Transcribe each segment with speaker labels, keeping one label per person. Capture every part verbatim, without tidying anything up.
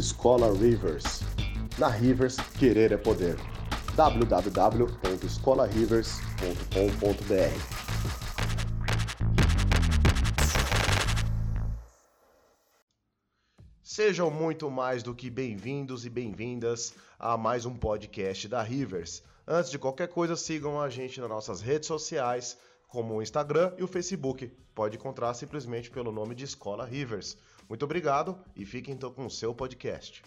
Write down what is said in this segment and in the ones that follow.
Speaker 1: Escola Rivers. Na Rivers, querer é poder. w w w ponto escola rivers ponto com ponto b r. Sejam muito mais do que bem-vindos e bem-vindas a mais um podcast da Rivers. Antes de qualquer coisa, sigam a gente nas nossas redes sociais, como o Instagram e o Facebook. Pode encontrar simplesmente pelo nome de Escola Rivers. Muito obrigado e fiquem então com o seu podcast.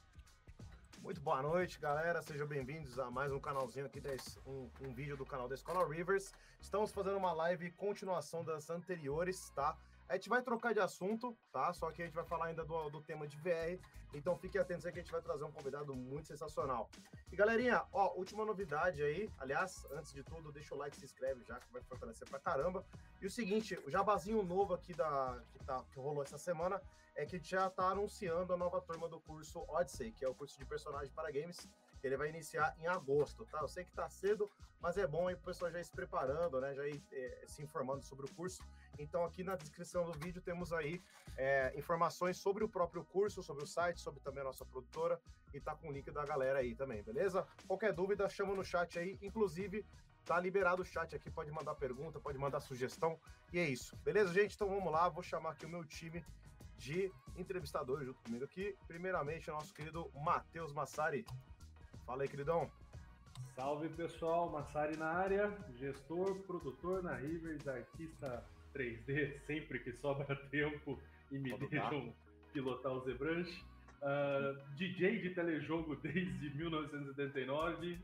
Speaker 2: Muito boa noite, galera. Sejam bem-vindos a mais um canalzinho aqui, desse, um, um vídeo do canal da Escola Rivers. Estamos fazendo uma live continuação das anteriores, tá? A gente vai trocar de assunto, tá? Só que a gente vai falar ainda do, do tema de V R. Então fiquem atentos aí que a gente vai trazer um convidado muito sensacional. E galerinha, ó, última novidade aí. Aliás, antes de tudo, deixa o like e se inscreve já, que vai fortalecer pra caramba. E o seguinte, o jabazinho novo aqui da, que, tá, que rolou essa semana é que a gente já tá anunciando a nova turma do curso Odyssey, que é o curso de personagem para games, que ele vai iniciar em agosto, tá? Eu sei que tá cedo, mas é bom aí o pessoal já ir se preparando, né? Já ir é, se informando sobre o curso. Então aqui na descrição do vídeo temos aí é, informações sobre o próprio curso, sobre o site, sobre também a nossa produtora, e tá com o link da galera aí também, beleza? Qualquer dúvida, chama no chat aí, inclusive tá liberado o chat aqui, pode mandar pergunta, pode mandar sugestão, e é isso, beleza, gente? Então vamos lá, vou chamar aqui o meu time de entrevistadores junto comigo aqui. Primeiramente, o nosso querido Matheus Massari. Fala aí, queridão.
Speaker 3: Salve, pessoal. Massari na área, gestor, produtor na Rivers, artista três D, sempre que sobra tempo e me
Speaker 2: Pode
Speaker 3: deixam dar. Pilotar o ZBrush. Uh, D J de telejogo desde mil novecentos e setenta e nove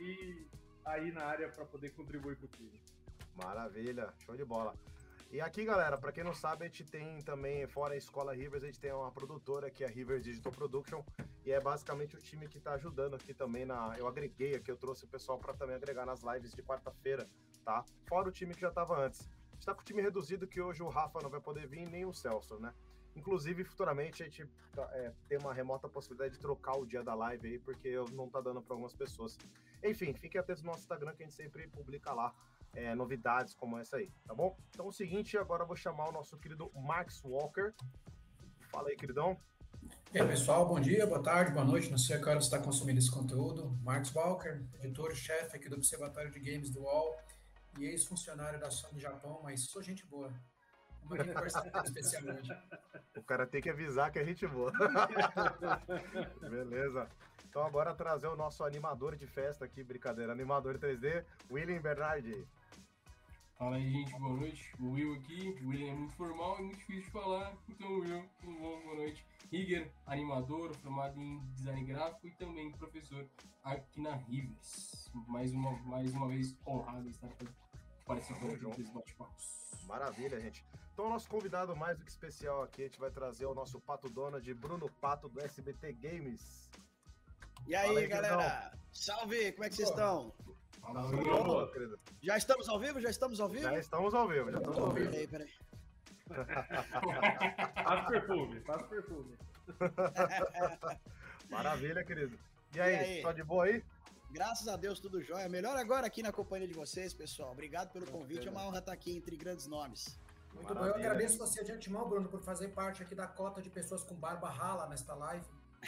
Speaker 3: e aí na área para poder contribuir com o time.
Speaker 2: Maravilha, show de bola. E aqui, galera, para quem não sabe, a gente tem também, fora a Escola Rivers, a gente tem uma produtora que é a Rivers Digital Production, e é basicamente o time que está ajudando aqui também na... Eu agreguei aqui, eu trouxe o pessoal para também agregar nas lives de quarta-feira, tá? Fora o time que já estava antes. A gente tá com o time reduzido, que hoje o Rafa não vai poder vir, nem o Celso, né? Inclusive, futuramente, a gente é, tem uma remota possibilidade de trocar o dia da live aí, porque não tá dando para algumas pessoas. Enfim, fiquem atentos no nosso Instagram, que a gente sempre publica lá é, novidades como essa aí, tá bom? Então, é o seguinte, agora eu vou chamar o nosso querido Marcus Walker. Fala aí, queridão.
Speaker 4: E aí, pessoal, bom dia, boa tarde, boa noite, não sei a que hora você está consumindo esse conteúdo. Marcus Walker, editor-chefe aqui do Observatório de Games do U O L e ex-funcionário da Sony Japão, mas sou gente boa. Uma conversa especial hoje.
Speaker 2: O cara tem que avisar que é gente boa. Beleza. Então agora trazer o nosso animador de festa aqui, brincadeira, animador três D, William Bernardi.
Speaker 5: Fala aí, gente, boa noite. O Will aqui. O William é muito formal e muito difícil de falar. Então, Will, tudo bom? Boa noite. Rigger, animador, formado em design gráfico e também professor aqui na Rivers. Mais uma, mais uma vez honrado estar participando desses bate-papos.
Speaker 2: Maravilha, gente. Então, o nosso convidado mais do que especial aqui, a gente vai trazer o nosso Pato Donald, Bruno Pato, do S B T Games.
Speaker 6: E aí, aí galera? Queridão. Salve, como é que vocês estão?
Speaker 2: Fala, Bruno, querido.
Speaker 6: Já estamos ao vivo? Já estamos ao vivo?
Speaker 2: Já estamos ao vivo, já estamos ao vivo.
Speaker 6: Peraí, peraí.
Speaker 3: Faz perfume, faz perfume.
Speaker 2: Maravilha, querido. E aí, e aí? Só de boa aí?
Speaker 6: Graças a Deus, tudo jóia. Melhor agora aqui na companhia de vocês, pessoal. Obrigado pelo convite, é uma honra estar aqui entre grandes nomes.
Speaker 4: Muito Maravilha. Bom, eu agradeço você de antemão, Bruno, por fazer parte aqui da cota de pessoas com barba rala nesta live.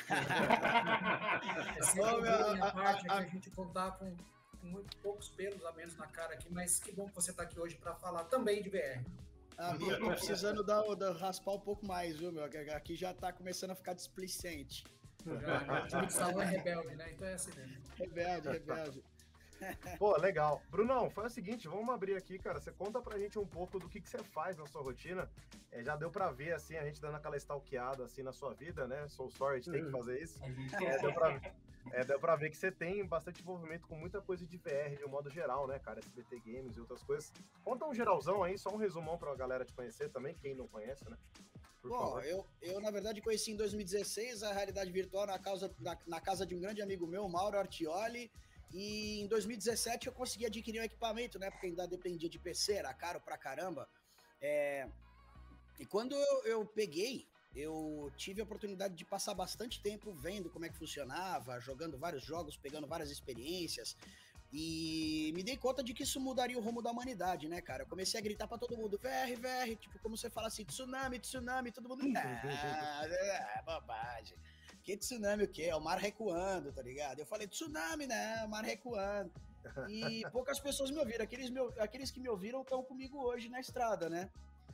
Speaker 4: É sempre a minha parte aqui, a gente contar com, com muito poucos pelos a menos na cara aqui, mas que bom que você está aqui hoje para falar também de V R.
Speaker 6: A minha tá precisando dar, dar, raspar um pouco mais, viu, meu? Aqui já está começando a ficar displicente.
Speaker 4: O time de salão é rebelde, né? Então é assim mesmo.
Speaker 6: Rebelde, rebelde.
Speaker 2: Pô, legal. Brunão, foi o seguinte, vamos abrir aqui, cara. Você conta pra gente um pouco do que, que você faz na sua rotina. É, já deu pra ver, assim, a gente dando aquela stalkeada, assim, na sua vida, né? Sou sorry, a gente tem que fazer isso. É, deu, pra, é, deu pra ver que você tem bastante envolvimento com muita coisa de V R, de um modo geral, né, cara? S B T Games e outras coisas. Conta um geralzão aí, só um resumão pra galera te conhecer também, quem não conhece, né?
Speaker 6: Por Bom, eu, eu, na verdade, conheci em dois mil e dezesseis a realidade virtual na, causa, na, na casa de um grande amigo meu, Mauro Artioli. E em dois mil e dezessete eu consegui adquirir um equipamento, né? Porque ainda dependia de P C, era caro pra caramba. É... E quando eu, eu peguei, eu tive a oportunidade de passar bastante tempo vendo como é que funcionava, jogando vários jogos, pegando várias experiências. E me dei conta de que isso mudaria o rumo da humanidade, né, cara? Eu comecei a gritar pra todo mundo, V R, V R, tipo, como você fala assim, tsunami, tsunami, todo mundo... Ah, é bobagem. Que tsunami o quê? É o mar recuando, tá ligado? Eu falei, tsunami, né? O mar recuando. E poucas pessoas me ouviram. Aqueles, me, aqueles que me ouviram estão comigo hoje na estrada, né?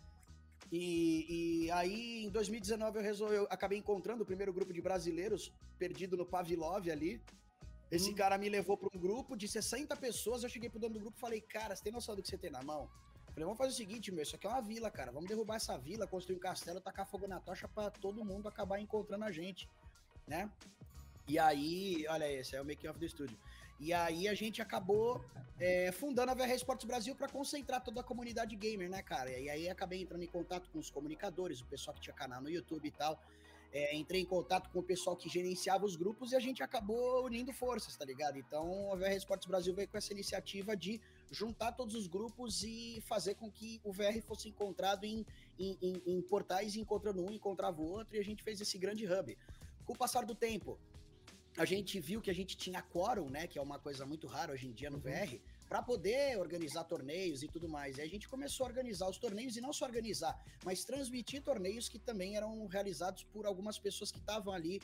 Speaker 6: E, e aí, em dois mil e dezenove, eu, resolvi, eu acabei encontrando o primeiro grupo de brasileiros perdido no Pavlov ali. Esse hum. cara me levou para um grupo de sessenta pessoas. Eu cheguei pro dono do grupo e falei, cara, você tem noção do que você tem na mão? Eu falei, vamos fazer o seguinte, meu, isso aqui é uma vila, cara. Vamos derrubar essa vila, construir um castelo, tacar fogo na tocha para todo mundo acabar encontrando a gente, né? E aí, olha esse é o making of do estúdio. E aí a gente acabou é, fundando a V R Esportes Brasil para concentrar toda a comunidade gamer, né, cara? E aí acabei entrando em contato com os comunicadores, o pessoal que tinha canal no YouTube e tal. É, entrei em contato com o pessoal que gerenciava os grupos e a gente acabou unindo forças, tá ligado? Então a V R Esportes Brasil veio com essa iniciativa de juntar todos os grupos e fazer com que o V R fosse encontrado em, em, em, em portais, encontrando um, encontrava o outro, e a gente fez esse grande hub. Com o passar do tempo, a gente viu que a gente tinha quórum, né, que é uma coisa muito rara hoje em dia no uhum. V R, para poder organizar torneios e tudo mais. E a gente começou a organizar os torneios, e não só organizar, mas transmitir torneios que também eram realizados por algumas pessoas que estavam ali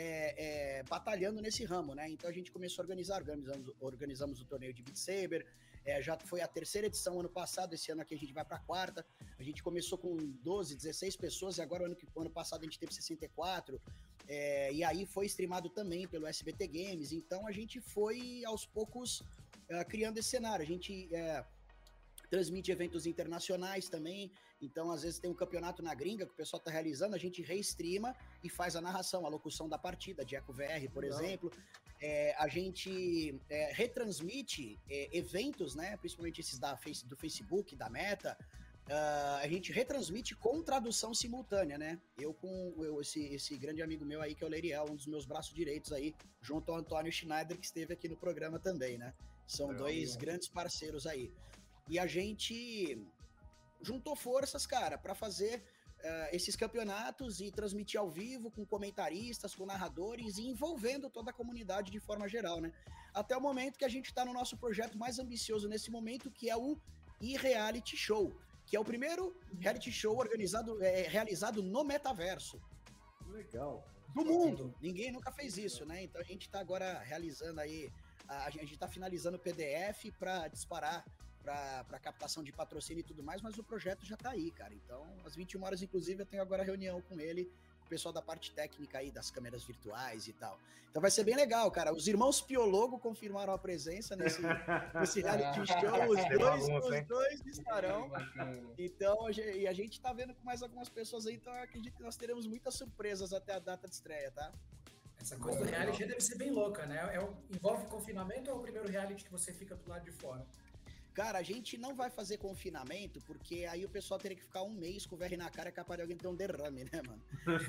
Speaker 6: é, é, batalhando nesse ramo, né? Então a gente começou a organizar, organizamos, organizamos o torneio de Beat Saber, é, já foi a terceira edição ano passado, esse ano aqui a gente vai para a quarta. A gente começou com doze, dezesseis pessoas, e agora o ano, ano passado a gente teve sessenta e quatro, é, e aí foi streamado também pelo S B T Games. Então a gente foi aos poucos Uh, criando esse cenário. A gente uh, transmite eventos internacionais também, então às vezes tem um campeonato na gringa que o pessoal tá realizando, a gente reestreama e faz a narração, a locução da partida, de Eco V R, por Legal. exemplo. É, a gente é, retransmite é, eventos, né, principalmente esses da face, do Facebook, da Meta, uh, a gente retransmite com tradução simultânea, né? Eu com eu, esse, esse grande amigo meu aí, que é o Leiriel, um dos meus braços direitos aí, junto ao Antônio Schneider, que esteve aqui no programa também, né? São Legal, dois legal. grandes parceiros aí. E a gente juntou forças, cara, para fazer uh, esses campeonatos e transmitir ao vivo com comentaristas, com narradores e envolvendo toda a comunidade de forma geral, né? Até o momento que a gente está no nosso projeto mais ambicioso nesse momento, que é o e-Reality Show, que é o primeiro reality show organizado, é, realizado no metaverso.
Speaker 2: Legal.
Speaker 6: Do mundo. Ninguém nunca fez isso, né? Então a gente está agora realizando aí, a gente está finalizando o P D F para disparar para captação de patrocínio e tudo mais, mas o projeto já está aí, cara. Então, às vinte e uma horas, inclusive, eu tenho agora reunião com ele, o pessoal da parte técnica aí, das câmeras virtuais e tal. Então vai ser bem legal, cara. Os irmãos Piologo confirmaram a presença nesse, nesse reality show. Os dois, os dois estarão. Então, e a gente tá vendo com mais algumas pessoas aí, então eu acredito que nós teremos muitas surpresas até a data de estreia, tá?
Speaker 4: Essa coisa do reality deve ser bem louca, né? É um, envolve confinamento ou é o primeiro reality que você fica do lado de fora?
Speaker 6: Cara, a gente não vai fazer confinamento, porque aí o pessoal teria que ficar um mês com o V R na cara e capaz de alguém ter um derrame, né, mano?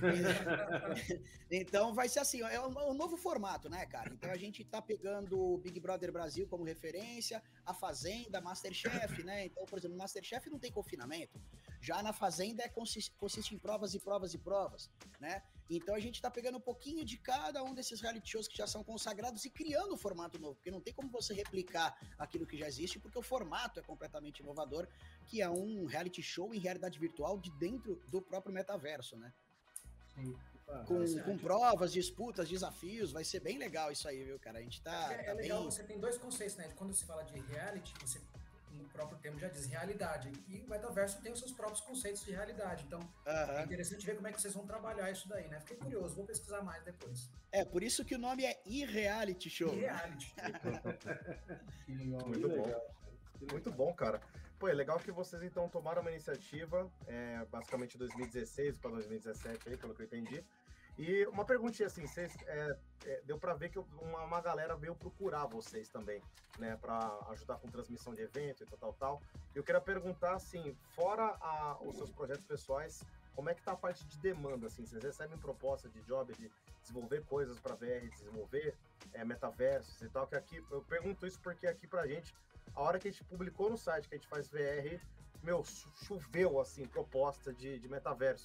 Speaker 6: Então vai ser assim, é um, um novo formato, né, cara? Então a gente tá pegando o Big Brother Brasil como referência, a Fazenda, Masterchef, né? Então, por exemplo, Masterchef não tem confinamento. Já na Fazenda é, consiste, consiste em provas e provas e provas, né? Então a gente tá pegando um pouquinho de cada um desses reality shows que já são consagrados e criando um formato novo, porque não tem como você replicar aquilo que já existe, porque o formato é completamente inovador, que é um reality show em realidade virtual de dentro do próprio metaverso, né?
Speaker 5: Sim.
Speaker 6: Com, com provas, disputas, desafios, vai ser bem legal isso aí, viu, cara? A gente tá.
Speaker 4: É, é
Speaker 6: tá
Speaker 4: legal,
Speaker 6: bem...
Speaker 4: você tem dois conceitos, né? Quando você fala de reality, você, no próprio termo já diz realidade. E o metaverso tem os seus próprios conceitos de realidade. Então, uh-huh. é interessante ver como é que vocês vão trabalhar isso daí, né? Fiquei curioso, vou pesquisar mais depois.
Speaker 6: É, por isso que o nome é e-Reality Show.
Speaker 4: E-Reality.
Speaker 2: Muito bom. Muito bom, cara. Pô, é legal que vocês então tomaram uma iniciativa, é, basicamente dois mil e dezesseis para dois mil e dezessete, aí, pelo que eu entendi. E uma perguntinha assim, vocês, é, é, deu para ver que uma, uma galera veio procurar vocês também, né, para ajudar com transmissão de evento e tal, tal, tal. Eu queria perguntar, assim, fora a, os seus projetos pessoais, como é que tá a parte de demanda, assim? Vocês recebem proposta de job, de desenvolver coisas para V R, desenvolver é, metaversos e tal, que aqui, eu pergunto isso porque aqui pra gente, a hora que a gente publicou no site que a gente faz V R, meu, choveu, assim, proposta de, de metaverso.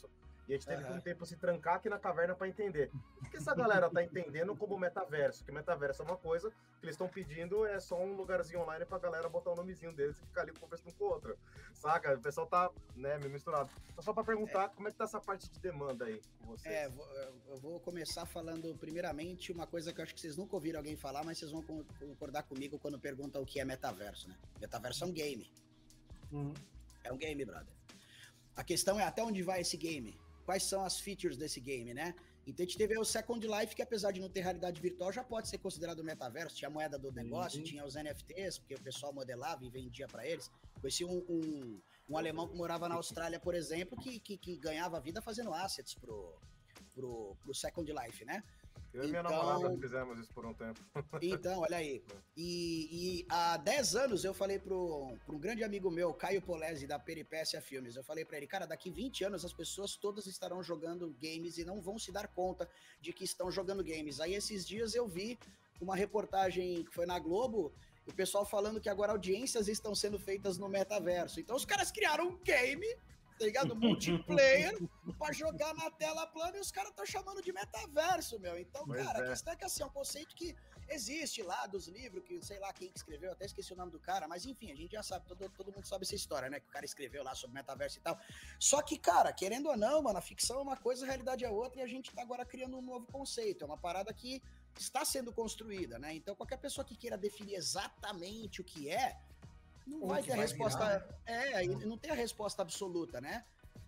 Speaker 2: E a gente teve
Speaker 6: Aham.
Speaker 2: um tempo se trancar aqui na caverna para entender. O que essa galera tá entendendo como metaverso? Que metaverso é uma coisa, que eles estão pedindo é só um lugarzinho online pra galera botar o nomezinho deles e ficar ali conversando com o outro. Saca? O pessoal tá, né, meio misturado. Então, só para perguntar, como é que tá essa parte de demanda aí com vocês?
Speaker 6: É, vou- eu vou começar falando primeiramente uma coisa que eu acho que vocês nunca ouviram alguém falar, mas vocês vão con- concordar comigo quando perguntam o que é metaverso, né? Metaverso é um game.
Speaker 3: Uhum.
Speaker 6: É um game, brother. A questão é até onde vai esse game? Quais são as features desse game, né? Então a gente teve aí o Second Life, que apesar de não ter realidade virtual, já pode ser considerado metaverso. Tinha a moeda do negócio,
Speaker 3: Uhum.
Speaker 6: tinha os N F Ts, porque o pessoal modelava e vendia para eles. Conheci um, um, um alemão que morava na Austrália, por exemplo, que, que, que ganhava vida fazendo assets pro, pro, pro Second Life, né?
Speaker 2: Eu e minha
Speaker 6: então-
Speaker 2: namorada fizemos isso por um tempo.
Speaker 6: Então, olha aí. E, e há dez anos eu falei pro, pro um grande amigo meu, Caio Polese, da Peripécia Filmes, eu falei pra ele, cara, daqui vinte anos as pessoas todas estarão jogando games e não vão se dar conta de que estão jogando games. Aí esses dias eu vi uma reportagem que foi na Globo, o pessoal falando que agora audiências estão sendo feitas no metaverso. Então os caras criaram um game, tá ligado? Multiplayer, pra jogar na tela plana e os caras estão chamando de metaverso, meu. Então,
Speaker 2: Pois
Speaker 6: cara,
Speaker 2: é.
Speaker 6: a questão é que assim, é um conceito que existe lá dos livros, que sei lá quem que escreveu, até esqueci o nome do cara, mas enfim, a gente já sabe, todo, todo mundo sabe essa história, né? Que o cara escreveu lá sobre metaverso e tal. Só que, cara, querendo ou não, mano, a ficção é uma coisa, a realidade é outra, e a gente tá agora criando um novo conceito. É uma parada que está sendo construída, né? Então, qualquer pessoa que queira definir exatamente o que é, não
Speaker 4: Ou
Speaker 6: vai
Speaker 4: que
Speaker 6: ter a
Speaker 4: vai
Speaker 6: resposta.
Speaker 4: virar,
Speaker 6: É, e não tem a resposta absoluta, né?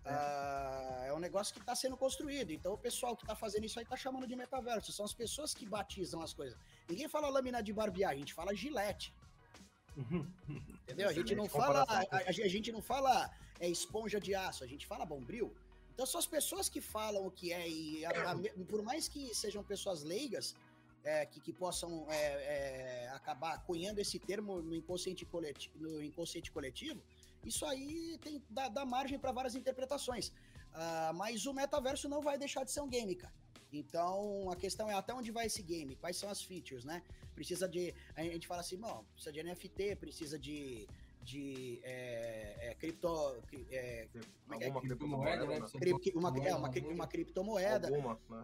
Speaker 6: Ah, é um negócio que está sendo construído. Então, o pessoal que está fazendo isso aí está chamando de metaverso. São as pessoas que batizam as coisas. Ninguém fala lâmina de barbear, a gente fala gilete. Entendeu? A gente não
Speaker 2: Excelente
Speaker 6: fala,
Speaker 2: comparação.
Speaker 6: a, a- a gente não fala é, esponja de aço, a gente fala bombril. Então são as pessoas que falam o que é, e a- a- por mais que sejam pessoas leigas, é, que, que possam é, é, acabar cunhando esse termo no inconsciente coletivo, no inconsciente coletivo, isso aí tem, dá, dá margem para várias interpretações. Ah, mas o metaverso não vai deixar de ser um game, cara. Então, a questão é até onde vai esse game, quais são as features, né? Precisa de... A gente fala assim, bom, precisa de N F T, precisa de... de é, é, cripto... É, como é que é?
Speaker 2: Alguma
Speaker 5: Criptomoeda, né?
Speaker 2: criptomoeda,
Speaker 6: Cri- uma, é, uma, cri-
Speaker 5: Moeda.
Speaker 6: uma criptomoeda.
Speaker 2: Alguma, né?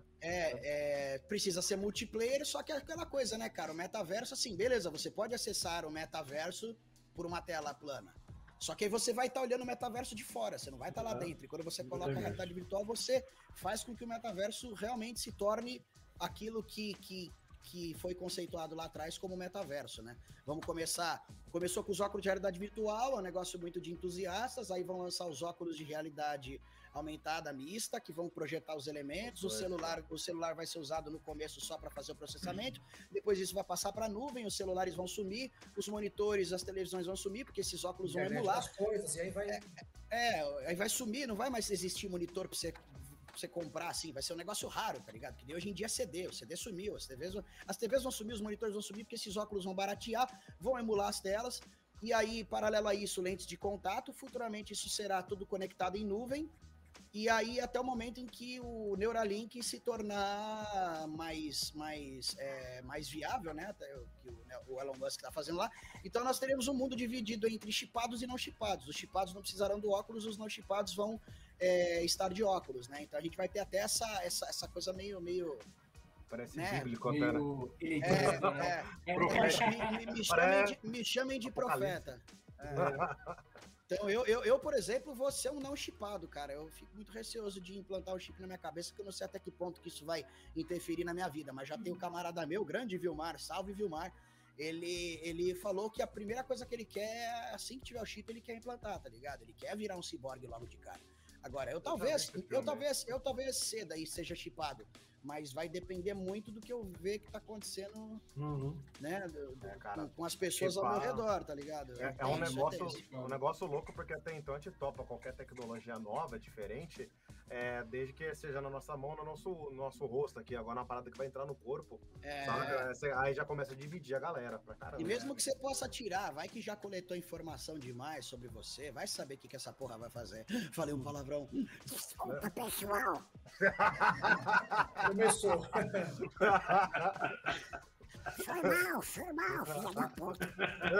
Speaker 6: É, é, precisa ser multiplayer, só que é aquela coisa, né, cara? O metaverso, assim, beleza, você pode acessar o metaverso por uma tela plana. Só que aí você vai estar olhando o metaverso de fora, você não vai estar lá
Speaker 3: Uhum.
Speaker 6: dentro. E quando você coloca a
Speaker 3: Exatamente.
Speaker 6: realidade virtual, você faz com que o metaverso realmente se torne aquilo que, que, que foi conceituado lá atrás como metaverso, né? Vamos começar. Começou com os óculos de realidade virtual, é um negócio muito de entusiastas, aí vão lançar os óculos de realidade aumentada mista, que vão projetar os elementos, o
Speaker 2: Pois é.
Speaker 6: celular, o celular vai ser usado no começo só para fazer o processamento, depois isso vai passar para a nuvem, os celulares vão sumir, os monitores, as televisões vão sumir, porque esses óculos vão
Speaker 4: internet
Speaker 6: emular.
Speaker 4: das coisas, e aí vai...
Speaker 6: É, aí vai sumir, não vai mais existir monitor pra você, pra você comprar, assim, vai ser um negócio raro, tá ligado? Que nem hoje em dia é C D, o C D sumiu, as T Vs, vão, as T Vs vão sumir, os monitores vão sumir, porque esses óculos vão baratear, vão emular as telas, e aí, paralelo a isso, lentes de contato, futuramente isso será tudo conectado em nuvem, e aí até o momento em que o Neuralink se tornar mais, mais, é, mais viável, né? Até o que o, né, o Elon Musk está fazendo lá. Então nós teremos um mundo dividido entre chipados e não chipados. Os chipados não precisarão do óculos, os não chipados vão é, estar de óculos, né? Então a gente vai ter até essa, essa, essa coisa meio... meio
Speaker 2: Parece
Speaker 6: né?
Speaker 2: bíblico até, né?
Speaker 5: Meio
Speaker 6: é,
Speaker 5: eleitoral, né?
Speaker 6: é,
Speaker 5: É,
Speaker 6: me, me- me chamem de, me chamem de
Speaker 2: Apocalipse.
Speaker 6: profeta. É. Então, eu, eu, eu, por exemplo, vou ser um não chipado, cara. Eu fico muito receoso de implantar o chip na minha cabeça, porque eu não sei até que ponto que isso vai interferir na minha vida. Mas já tem um camarada meu, grande Vilmar, salve Vilmar. Ele, ele falou que a primeira coisa que ele quer, assim que tiver o chip, ele quer implantar, tá ligado? Ele quer virar um ciborgue logo de cara. Agora, eu talvez,
Speaker 2: também,
Speaker 6: eu talvez, eu talvez ceda e seja chipado, mas vai depender muito do que eu ver que tá acontecendo,
Speaker 3: Uhum.
Speaker 6: né? do- do-
Speaker 2: É, cara,
Speaker 6: com, com as pessoas ao meu
Speaker 2: chipar-
Speaker 6: redor, tá ligado?
Speaker 2: É, é um
Speaker 6: isso,
Speaker 2: negócio,
Speaker 6: isso.
Speaker 2: um negócio louco, porque até então a gente topa qualquer tecnologia nova, diferente, é, desde que seja na nossa mão, no nosso, no nosso rosto aqui. Agora, uma parada que vai entrar no corpo,
Speaker 6: É,
Speaker 2: sabe? É, cê- aí já começa a dividir a galera pra caramba.
Speaker 6: E mesmo que você possa tirar, vai que já coletou informação demais sobre você, vai saber o que, que essa porra vai fazer. Falei um palavrão. Desculpa, pessoal.
Speaker 4: Começou.
Speaker 6: Foi mal, foi mal, filha da puta.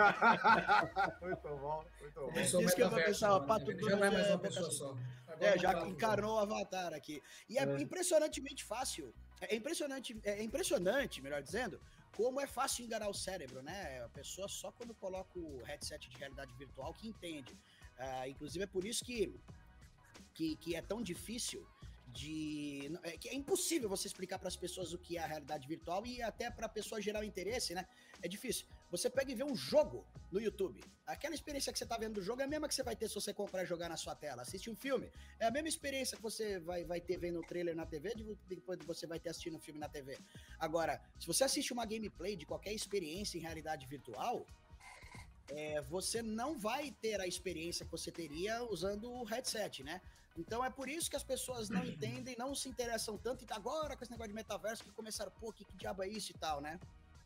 Speaker 2: Muito bom, muito bom.
Speaker 4: Eu sou
Speaker 6: Diz que eu vou
Speaker 4: metaverso,
Speaker 6: pensar, ó,
Speaker 4: mano,
Speaker 6: Pato
Speaker 4: ele já não é mais
Speaker 6: Bruno
Speaker 4: uma
Speaker 6: é
Speaker 4: pessoa só. Agora
Speaker 6: É,
Speaker 4: eu
Speaker 6: já
Speaker 4: falo,
Speaker 6: encarnou o avatar aqui. E é,
Speaker 3: É.
Speaker 6: impressionantemente fácil. É impressionante, é impressionante, melhor dizendo, como é fácil enganar o cérebro, né? A pessoa só quando coloca o headset de realidade virtual que entende. Ah, inclusive é por isso que, que, que é tão difícil de... É, que é impossível você explicar para as pessoas o que é a realidade virtual e até para a pessoa gerar o interesse, né? É difícil. Você pega e vê um jogo no YouTube. Aquela experiência que você tá vendo do jogo é a mesma que você vai ter se você comprar e jogar na sua tela. Assiste um filme. É a mesma experiência que você vai, vai ter vendo o trailer na T V, depois você vai ter assistindo o filme na T V. Agora, se você assiste uma gameplay de qualquer experiência em realidade virtual, é, você não vai ter a experiência que você teria usando o headset, né? Então é por isso que as pessoas não entendem, não se interessam tanto, e agora com esse negócio de metaverso que começaram, pô, que, que diabo é isso e tal, né?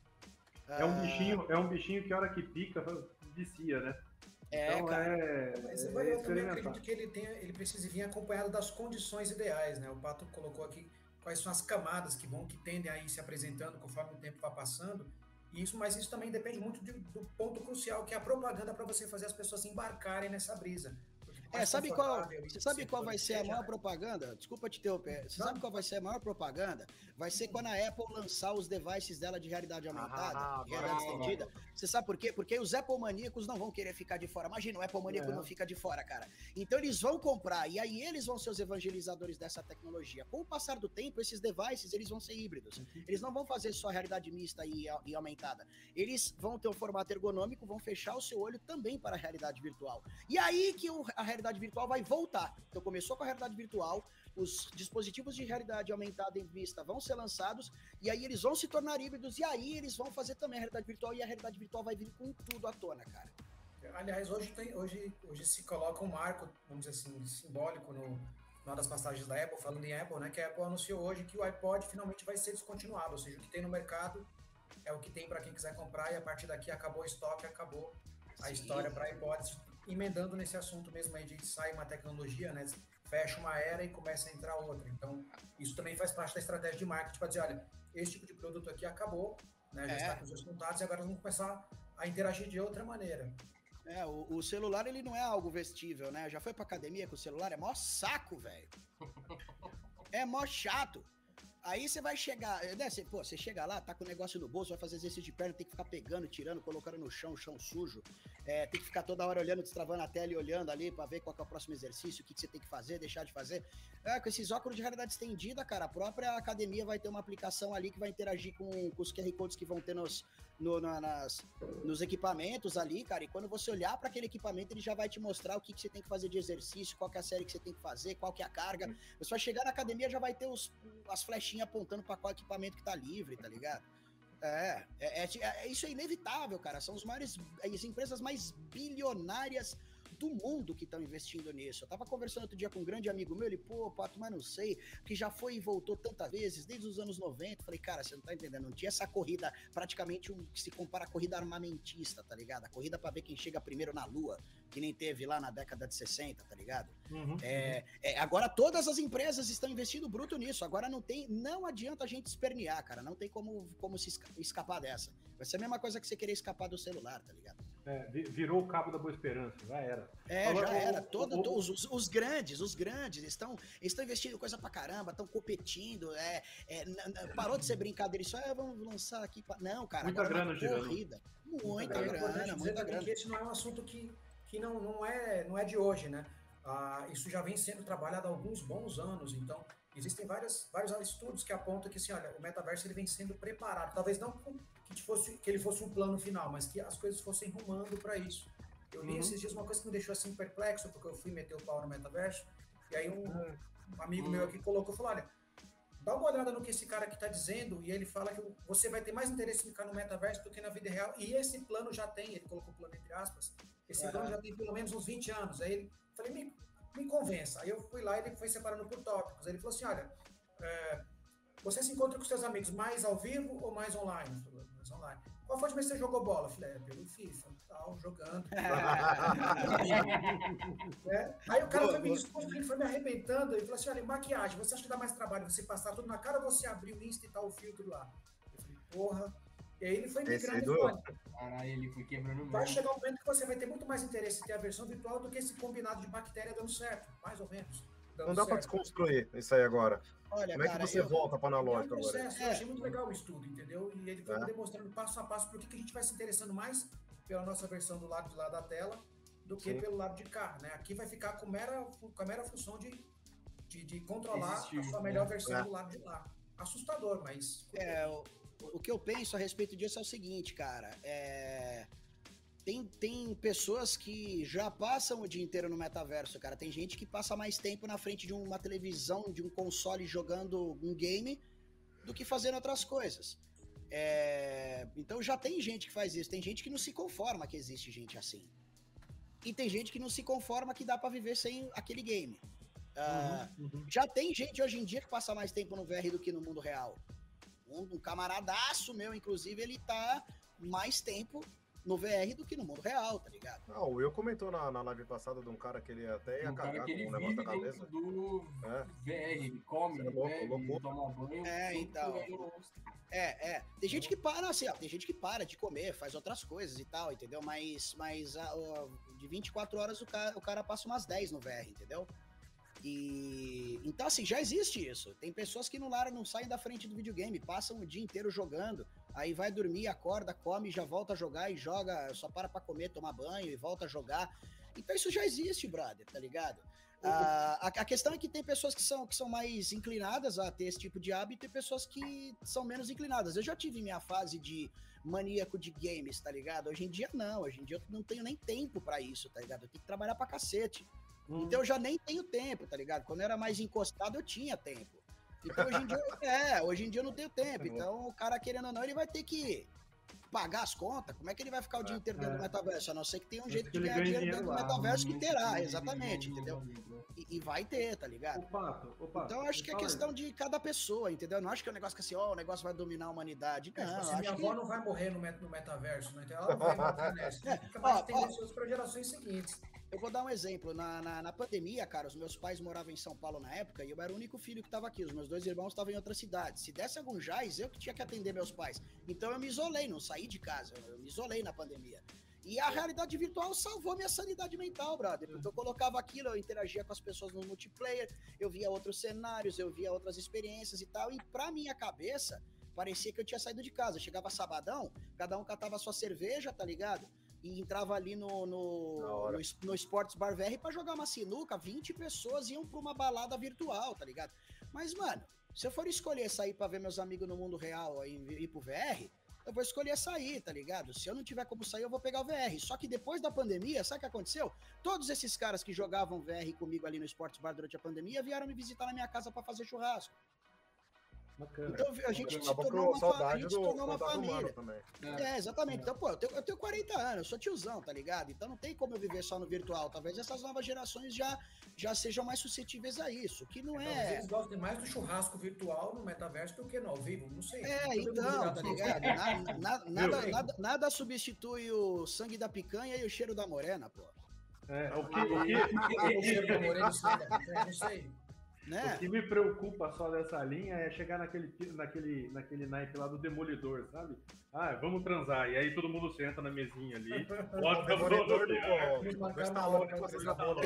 Speaker 3: É um bichinho, é um bichinho que a hora que pica, vicia, né?
Speaker 6: É,
Speaker 3: então
Speaker 6: cara.
Speaker 3: é,
Speaker 4: Mas
Speaker 3: é
Speaker 4: eu também
Speaker 3: experimentar.
Speaker 4: acredito que ele, tenha, ele precise vir acompanhado das condições ideais, né? O Pato colocou aqui quais são as camadas que vão, que tendem a ir se apresentando conforme o tempo vai passando. E isso, mas isso também depende muito de, do ponto crucial, que é a propaganda para você fazer as pessoas embarcarem nessa brisa.
Speaker 6: É, sabe qual, você sabe qual vai ser a maior
Speaker 4: né?
Speaker 6: propaganda? Desculpa te interromper. Você
Speaker 4: Não.
Speaker 6: sabe qual vai ser a maior propaganda? Vai ser quando a Apple lançar os devices dela de realidade aumentada,
Speaker 2: Ah,
Speaker 6: de realidade
Speaker 5: vai.
Speaker 6: estendida. Você sabe por quê? Porque os Apple maníacos não vão querer ficar de fora. Imagina, o Apple maníaco
Speaker 3: É.
Speaker 6: não fica de fora, cara. Então eles vão comprar, e aí eles vão ser os evangelizadores dessa tecnologia. Com o passar do tempo, esses devices, eles vão ser híbridos. Eles não vão fazer só realidade mista e, e aumentada. Eles vão ter um formato ergonômico, vão fechar o seu olho também para a realidade virtual. E aí que o, a realidade virtual vai voltar. Então começou com a realidade virtual, os dispositivos de realidade aumentada em vista vão ser lançados, e aí eles vão se tornar híbridos, e aí eles vão fazer também a realidade virtual, e a realidade virtual vai vir com tudo à tona, cara.
Speaker 4: Aliás, hoje, tem, hoje, hoje se coloca um marco, vamos dizer assim, simbólico no, numa das passagens da Apple, falando em Apple, né, que a Apple anunciou hoje que o iPod finalmente vai ser descontinuado, ou seja, o que tem no mercado é o que tem para quem quiser comprar, e a partir daqui acabou o estoque, acabou a
Speaker 6: Sim.
Speaker 4: história para iPods, emendando nesse assunto mesmo aí de sai uma tecnologia, né, fecha uma era e começa a entrar outra. Então, isso também faz parte da estratégia de marketing para dizer, olha, esse tipo de produto aqui acabou, né, já
Speaker 6: É.
Speaker 4: está com os seus contatos e agora vamos começar a interagir de outra maneira.
Speaker 6: É, o, o celular, ele não é algo vestível, né? Já foi pra academia com o celular? É mó saco, velho. É mó chato. Aí você vai chegar, né? Você, pô, você chega lá, tá com o negócio no bolso, vai fazer exercício de perna, tem que ficar pegando, tirando, colocando no chão, chão sujo. É, tem que ficar toda hora olhando, destravando a tela e olhando ali pra ver qual que é o próximo exercício, o que, que você tem que fazer, deixar de fazer. É, com esses óculos de realidade estendida, cara, a própria academia vai ter uma aplicação ali que vai interagir com, com os Q R Codes que vão ter nos, no, na, nas, nos equipamentos ali, cara. E quando você olhar para aquele equipamento, ele já vai te mostrar o que, que você tem que fazer de exercício, qual que é a série que você tem que fazer, qual que é a carga. Você vai chegar na academia, já vai ter os, as flechinhas apontando para qual equipamento que tá livre, tá ligado? É, é, é, é, isso é inevitável, cara. São os maiores, as empresas mais bilionárias do mundo que estão investindo nisso. Eu tava conversando outro dia com um grande amigo meu, ele, pô, Pato, mas não sei, que já foi e voltou tantas vezes, desde os anos noventa. Falei, cara, você não tá entendendo, não tinha essa corrida, praticamente um que se compara a corrida armamentista, tá ligado? A corrida pra ver quem chega primeiro na Lua, que nem teve lá na década de sessenta, tá ligado?
Speaker 3: Uhum.
Speaker 6: É, é, agora todas as empresas estão investindo bruto nisso, agora não tem, não adianta a gente espernear, cara, não tem como, como se escapar dessa. Vai ser a mesma coisa que você querer escapar do celular, tá ligado?
Speaker 3: É, virou o cabo da Boa Esperança, já era.
Speaker 6: É,
Speaker 3: Agora,
Speaker 6: já
Speaker 3: o-
Speaker 6: era.
Speaker 3: o-
Speaker 6: Todo,
Speaker 3: o-
Speaker 6: os, os, os grandes, os grandes estão, estão investindo coisa pra caramba, estão competindo. É, é, n- n- parou de ser brincadeira. Isso é, vamos lançar aqui. Pra... Não, cara.
Speaker 3: Muita
Speaker 6: agora é uma
Speaker 3: grana girando.
Speaker 6: corrida. Muita
Speaker 4: É
Speaker 6: grana,
Speaker 4: importante dizer
Speaker 6: muita
Speaker 4: também
Speaker 6: grana.
Speaker 4: que esse não é um assunto que, que não, não, é, não é de hoje, né? Ah, isso já vem sendo trabalhado há alguns bons anos, então existem várias, vários estudos que apontam que assim, olha, o metaverso ele vem sendo preparado, talvez não com- que, fosse, que ele fosse um plano final, mas que as coisas fossem rumando para isso. Eu li
Speaker 3: Uhum.
Speaker 4: esses dias uma coisa que me deixou assim perplexo, porque eu fui meter o pau no metaverso, e aí um, um amigo meu aqui colocou, falou, olha, dá uma olhada no que esse cara aqui está dizendo, e ele fala que você vai ter mais interesse em ficar no metaverso do que na vida real, e esse plano já tem, ele colocou plano entre aspas, esse
Speaker 6: Uhum.
Speaker 4: plano já tem pelo menos uns vinte anos. Aí ele, falei, me, me convença. Aí eu fui lá e ele foi separando por tópicos. Aí ele falou assim, olha, é, você se encontra com seus amigos mais ao vivo ou mais online? Eu falei, mais online. Qual foi a última vez que você jogou bola? Eu falei, é, pelo FIFA, tal, jogando. É. Aí o cara foi me discutindo, ele foi me arrebentando, ele falou assim, olha, maquiagem, você acha que dá mais trabalho você passar tudo na cara ou você abrir o Insta e tal, o filtro lá? Eu falei, porra, E aí ele foi
Speaker 2: Esse aí
Speaker 4: migrando e
Speaker 2: doeu.
Speaker 4: foi.
Speaker 5: Caralho, ele foi quebrando
Speaker 4: Vai
Speaker 5: mesmo.
Speaker 4: chegar um momento que você vai ter muito mais interesse em ter a versão virtual do que esse combinado de bactéria dando certo, mais ou menos. Dando
Speaker 2: Não dá pra
Speaker 4: certo.
Speaker 2: desconstruir isso aí agora.
Speaker 6: Olha,
Speaker 2: Como é que
Speaker 6: cara,
Speaker 2: você
Speaker 6: eu,
Speaker 2: volta pra
Speaker 4: É um
Speaker 2: analógico agora?
Speaker 4: processo, eu
Speaker 6: É.
Speaker 4: achei muito legal o estudo, entendeu? E ele foi
Speaker 2: É.
Speaker 4: demonstrando passo a passo por que que a gente vai se interessando mais pela nossa versão do lado de lá da tela do que
Speaker 2: Sim.
Speaker 4: pelo lado de cá, né? Aqui vai ficar com, mera, com a mera função de, de, de controlar
Speaker 5: Existiu,
Speaker 4: a sua melhor
Speaker 5: né?
Speaker 4: versão
Speaker 2: É.
Speaker 4: do lado de lá. Assustador, mas...
Speaker 6: é, o, o que eu penso a respeito disso é o seguinte, cara. É, tem, tem pessoas que já passam o dia inteiro no metaverso, cara. Tem gente que passa mais tempo na frente de uma televisão, de um console jogando um game do que fazendo outras coisas. É, então já tem gente que faz isso. Tem gente que não se conforma que existe gente assim. E tem gente que não se conforma que dá pra viver sem aquele game. Ah,
Speaker 3: Uhum.
Speaker 6: já tem gente hoje em dia que passa mais tempo no V R do que no mundo real. Um, um camaradaço meu, inclusive, ele tá mais tempo no V R do que no mundo real, tá ligado?
Speaker 2: Ah, o Will comentou na, na live passada de um cara que ele até ia
Speaker 5: Um cara
Speaker 2: cagar
Speaker 5: que
Speaker 2: com
Speaker 5: ele
Speaker 2: um negócio
Speaker 5: vive
Speaker 2: da
Speaker 5: dentro
Speaker 2: cabeça.
Speaker 5: do
Speaker 2: É.
Speaker 5: V R, ele come,
Speaker 2: Você é louco,
Speaker 5: bebe,
Speaker 2: loucura.
Speaker 5: toma banho.
Speaker 6: É,
Speaker 5: tudo
Speaker 6: então.
Speaker 5: por aí no monstro.
Speaker 6: É, é. Tem gente que para, assim, ó, tem gente que para de comer, faz outras coisas e tal, entendeu? Mas, mas a- o- de vinte e quatro horas o cara, o cara passa umas dez no V R, entendeu? E então, assim, já existe isso. Tem pessoas que no lar não saem da frente do videogame, passam o dia inteiro jogando, aí vai dormir, acorda, come, já volta a jogar e joga, só para pra comer, tomar banho e volta a jogar. Então isso já existe, brother, tá ligado? Ah, a, a questão é que tem pessoas que são, que são mais inclinadas a ter esse tipo de hábito e pessoas que são menos inclinadas. Eu já tive minha fase de maníaco de games, tá ligado? Hoje em dia não, hoje em dia eu não tenho nem tempo pra isso, tá ligado? Eu tenho que trabalhar pra cacete. Então eu já nem tenho tempo, tá ligado? Quando eu era mais encostado, eu tinha tempo. Então hoje em dia, é, hoje em dia eu não tenho tempo. Então o cara, querendo ou não, ele vai ter que pagar as contas. Como é que ele vai ficar o dia inteiro dentro
Speaker 3: É.
Speaker 6: do metaverso? A não ser que tenha um
Speaker 3: Mas
Speaker 6: jeito
Speaker 3: que
Speaker 6: de
Speaker 3: ele
Speaker 6: ganhar
Speaker 3: ganhe
Speaker 6: dinheiro dentro do
Speaker 3: dinheiro lá,
Speaker 6: metaverso que
Speaker 5: Mas
Speaker 6: terá,
Speaker 5: ele
Speaker 6: exatamente,
Speaker 5: vive
Speaker 6: entendeu?
Speaker 5: envolvido, né?
Speaker 6: E, e vai ter, tá ligado?
Speaker 3: Ô, Pato, ô, Pato,
Speaker 6: Então eu acho que é
Speaker 3: fala aí.
Speaker 6: questão de cada pessoa, entendeu? Eu não acho que é um negócio que assim, ó, o negócio vai dominar a humanidade.
Speaker 4: É,
Speaker 6: Não,
Speaker 4: tipo
Speaker 6: eu
Speaker 4: assim, minha
Speaker 6: acho que...
Speaker 4: avó não vai morrer no, met- no metaverso, né? Então ela não vai morrer nessa.
Speaker 6: É,
Speaker 4: Fica mais
Speaker 6: ó, ó.
Speaker 4: tendencioso para gerações seguintes.
Speaker 6: Eu vou dar um exemplo. Na, na, na pandemia, cara, os meus pais moravam em São Paulo na época e eu era o único filho que estava aqui. Os meus dois irmãos estavam em outra cidade. Se desse algum jaz, eu que tinha que atender meus pais. Então eu me isolei, não saí de casa. Eu me isolei na pandemia. E a realidade virtual salvou minha sanidade mental, brother. Porque eu colocava aquilo, eu interagia com as pessoas no multiplayer, eu via outros cenários, eu via outras experiências e tal. E pra minha cabeça, parecia que eu tinha saído de casa. Eu chegava sabadão, cada um catava a sua cerveja, tá ligado? E entrava ali no, no,
Speaker 2: Da hora.
Speaker 6: no, es- no Sports Bar V R pra jogar uma sinuca, vinte pessoas iam pra uma balada virtual, tá ligado? Mas, mano, se eu for escolher sair pra ver meus amigos no mundo real e ir pro V R, eu vou escolher sair, tá ligado? Se eu não tiver como sair, eu vou pegar o V R. Só que depois da pandemia, sabe o que aconteceu? Todos esses caras que jogavam V R comigo ali no Sports Bar durante a pandemia vieram me visitar na minha casa pra fazer churrasco.
Speaker 3: Bacana.
Speaker 6: Então a gente se
Speaker 2: Acabou
Speaker 6: tornou
Speaker 2: com
Speaker 6: uma, fa- a
Speaker 2: saudade
Speaker 6: gente
Speaker 2: do
Speaker 6: se tornou uma
Speaker 2: contato humano
Speaker 6: família.
Speaker 2: também.
Speaker 6: É, exatamente. Então, pô, eu tenho, eu tenho quarenta anos, eu sou tiozão, tá ligado? Então não tem como eu viver só no virtual. Talvez essas novas gerações já, já sejam mais suscetíveis a isso, que não
Speaker 4: Talvez
Speaker 6: é...
Speaker 4: eles gostem mais do churrasco virtual no metaverso do que no ao vivo, não sei.
Speaker 6: É,
Speaker 4: Não tô
Speaker 6: então,
Speaker 4: ligado
Speaker 6: tá
Speaker 4: nisso.
Speaker 6: ligado? Na- na- nada,
Speaker 4: Viu?
Speaker 6: nada, nada substitui o sangue da picanha e o cheiro da morena, pô.
Speaker 3: É, o que, o que,
Speaker 4: O cheiro do moreno sai da picanha, não sei.
Speaker 6: Né?
Speaker 3: O que me preocupa só dessa linha é chegar naquele, naquele, naquele naipe lá do Demolidor, sabe? Ah, vamos transar. E aí todo mundo senta na mesinha ali. Bota
Speaker 2: O demolidor do,
Speaker 4: Eles
Speaker 2: do
Speaker 4: marcaram
Speaker 2: Stallone
Speaker 4: uma
Speaker 2: com
Speaker 4: coisa
Speaker 2: essa
Speaker 4: da
Speaker 2: bola.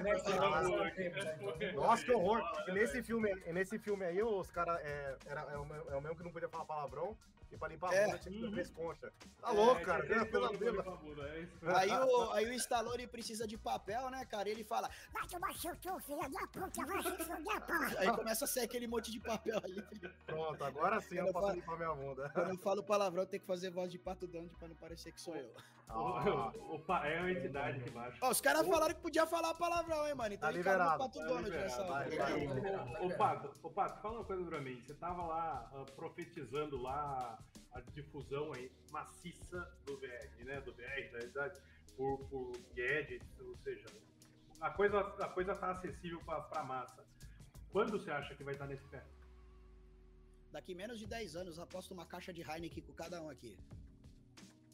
Speaker 3: É.
Speaker 2: Nossa, que horror! E nesse filme, e nesse filme aí, os caras. É, era- é, o mesmo- é o mesmo que não podia falar palavrão. E pra limpar a
Speaker 6: É.
Speaker 2: bunda tinha que ter três conchas. Tá louco, cara. Que pesadelo.
Speaker 6: Aí o, aí o Stallone precisa de papel, né, cara? E ele fala,
Speaker 7: Vai tomar seu teu, filha da puta, vai se fuder, porra.
Speaker 6: aí começa a ser aquele monte de papel ali.
Speaker 2: Pronto, agora sim eu
Speaker 6: Quando eu
Speaker 2: posso
Speaker 6: falo-
Speaker 2: limpar minha bunda.
Speaker 6: Quando eu falo palavrão, tem que fazer voz de Pato Donald pra não parecer que sou eu.
Speaker 2: Ah,
Speaker 3: Opa, é uma entidade aqui embaixo.
Speaker 6: Ó, os caras falaram que podia falar palavrão, hein, mano? Então
Speaker 2: Tá
Speaker 6: ele cabe no
Speaker 2: liberado.
Speaker 6: Pato
Speaker 3: Tá
Speaker 6: Donald
Speaker 3: liberado,
Speaker 6: nessa
Speaker 2: vai,
Speaker 6: hora.
Speaker 2: vai.
Speaker 3: Ô, ô, Pato, ô, Pato, fala uma coisa pra mim. Você tava lá ah, profetizando lá a difusão aí maciça do V R, né? Do V R, na verdade, por, por gadgets, ou seja, a coisa, a coisa tá acessível pra, pra massa. Quando você acha que vai estar nesse pé?
Speaker 6: Daqui menos de dez anos, aposto uma caixa de Heineken com cada um aqui.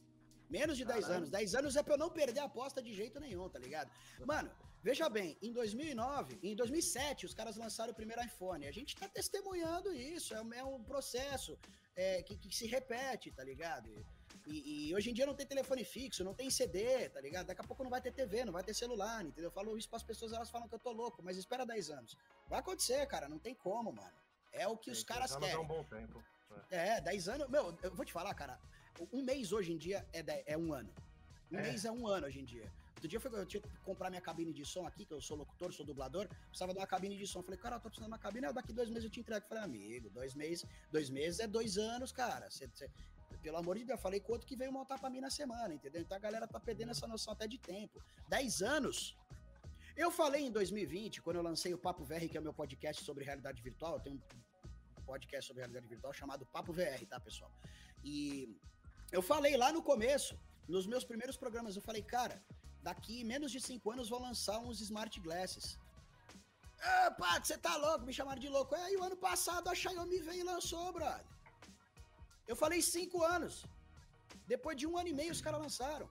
Speaker 6: Menos de dez anos. dez anos é pra eu não perder a aposta de jeito nenhum, tá ligado? Mano, veja bem, em dois mil e nove, em dois mil e sete, os caras lançaram o primeiro iPhone. A gente tá testemunhando isso, é um, é um processo é, que, que se repete, tá ligado? E, e hoje em dia não tem telefone fixo, não tem C D, tá ligado? Daqui a pouco não vai ter T V, não vai ter celular, entendeu? Eu falo isso pras pessoas, elas falam que eu tô louco, mas espera dez anos. Vai acontecer, cara, não tem como, mano. É o que os caras querem.
Speaker 2: É um bom tempo.
Speaker 6: É, dez anos. Meu, eu vou te falar, cara. Um mês hoje em dia é, dez, é um ano. Um é. mês é um ano hoje em dia. Outro dia eu, fui, eu tinha que comprar minha cabine de som aqui, que eu sou locutor, sou dublador. Precisava de uma cabine de som. Falei, cara, eu tô precisando de uma cabine. Ah, daqui dois meses eu te entrego. Falei, amigo, dois meses, dois meses é dois anos, cara. Cê, cê, pelo amor de Deus, eu falei com outro que veio montar pra mim na semana, entendeu? Então a galera tá perdendo essa noção até de tempo. dez anos. Eu falei em dois mil e vinte, quando eu lancei o Papo V R, que é o meu podcast sobre realidade virtual. Eu tenho um podcast sobre realidade virtual chamado Papo V R, tá, pessoal? E eu falei lá no começo, nos meus primeiros programas, eu falei, cara, daqui menos de cinco anos vou lançar uns Smart Glasses. Ah, pá, você tá louco, me chamaram de louco. Aí o ano passado a Xiaomi veio e lançou, brother. Eu falei cinco anos. Depois de um ano e meio os caras lançaram.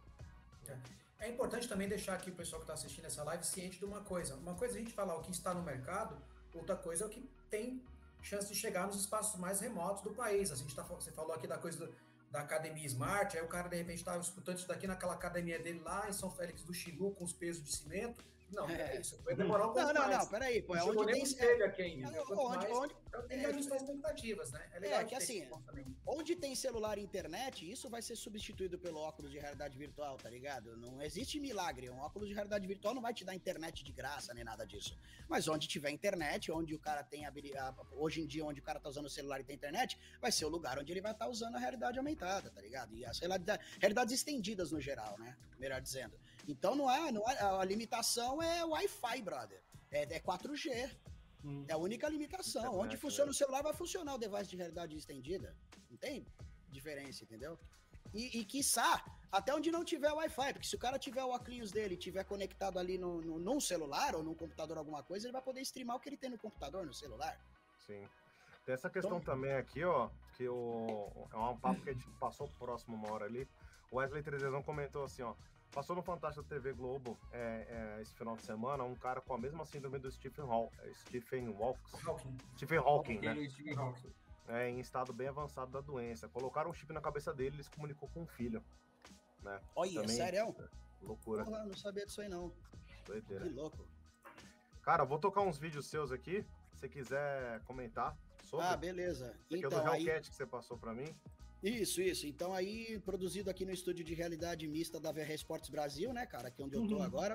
Speaker 4: É. É importante também deixar aqui o pessoal que está assistindo essa live ciente de uma coisa. Uma coisa é a gente falar o que está no mercado, outra coisa é o que tem chance de chegar nos espaços mais remotos do país. A gente tá, você falou aqui da coisa do, da academia Smart, aí o cara de repente estava escutando isso daqui naquela academia dele lá em São Félix do Xingu com os pesos de cimento. Não, é, é isso. Vai demorar um pouco
Speaker 6: não, não,
Speaker 4: mais.
Speaker 6: Não, não, peraí. Pô, é
Speaker 4: onde tem espelho aqui ainda.
Speaker 6: É, onde,
Speaker 4: mais,
Speaker 6: onde,
Speaker 4: tem que ajustar as expectativas, né? É legal
Speaker 6: é que assim, onde tem celular e internet, isso vai ser substituído pelo óculos de realidade virtual, tá ligado? Não existe milagre. Um óculos de realidade virtual não vai te dar internet de graça, nem nada disso. Mas onde tiver internet, onde o cara tem habilidade, hoje em dia, onde o cara tá usando o celular e tem internet, vai ser o lugar onde ele vai estar tá usando a realidade aumentada, tá ligado? E as realidades estendidas no geral, né? Melhor dizendo. Então não é, não é, a limitação é Wi-Fi, brother. É, é quatro G. Hum. É a única limitação. Internet, onde funciona é. o celular, vai funcionar o device de realidade estendida. Não tem diferença, entendeu? E, e quiçá, até onde não tiver Wi-Fi, porque se o cara tiver o óculos dele e tiver conectado ali no, no, num celular ou num computador, alguma coisa, ele vai poder streamar o que ele tem no computador, no celular.
Speaker 2: Sim. Tem essa questão então, também aqui, ó, que o, é um papo que a gente passou próximo uma hora ali. O Wesley Trezezão comentou assim, ó. Passou no Fantástico T V Globo é, é, esse final de semana um cara com a mesma síndrome do Stephen Hawking, Stephen Hawking, Stephen Hawking, né?
Speaker 5: Stephen Hawking.
Speaker 2: É, em estado bem avançado da doença. Colocaram um chip na cabeça dele, ele se comunicou com o filho, né?
Speaker 6: Olha,
Speaker 2: Também,
Speaker 6: sério?
Speaker 2: É, loucura.
Speaker 6: Porra, não sabia disso aí não.
Speaker 2: Doideira.
Speaker 6: Que louco.
Speaker 2: Cara, vou tocar uns vídeos seus aqui, se você quiser comentar sobre.
Speaker 6: Ah, beleza.
Speaker 2: Esse
Speaker 6: então,
Speaker 2: é do Hellcat
Speaker 6: aí...
Speaker 2: que você passou pra mim.
Speaker 6: Isso, isso. Então aí, produzido aqui no estúdio de realidade mista da V R Esportes Brasil, né, cara, que é onde eu tô uhum. agora.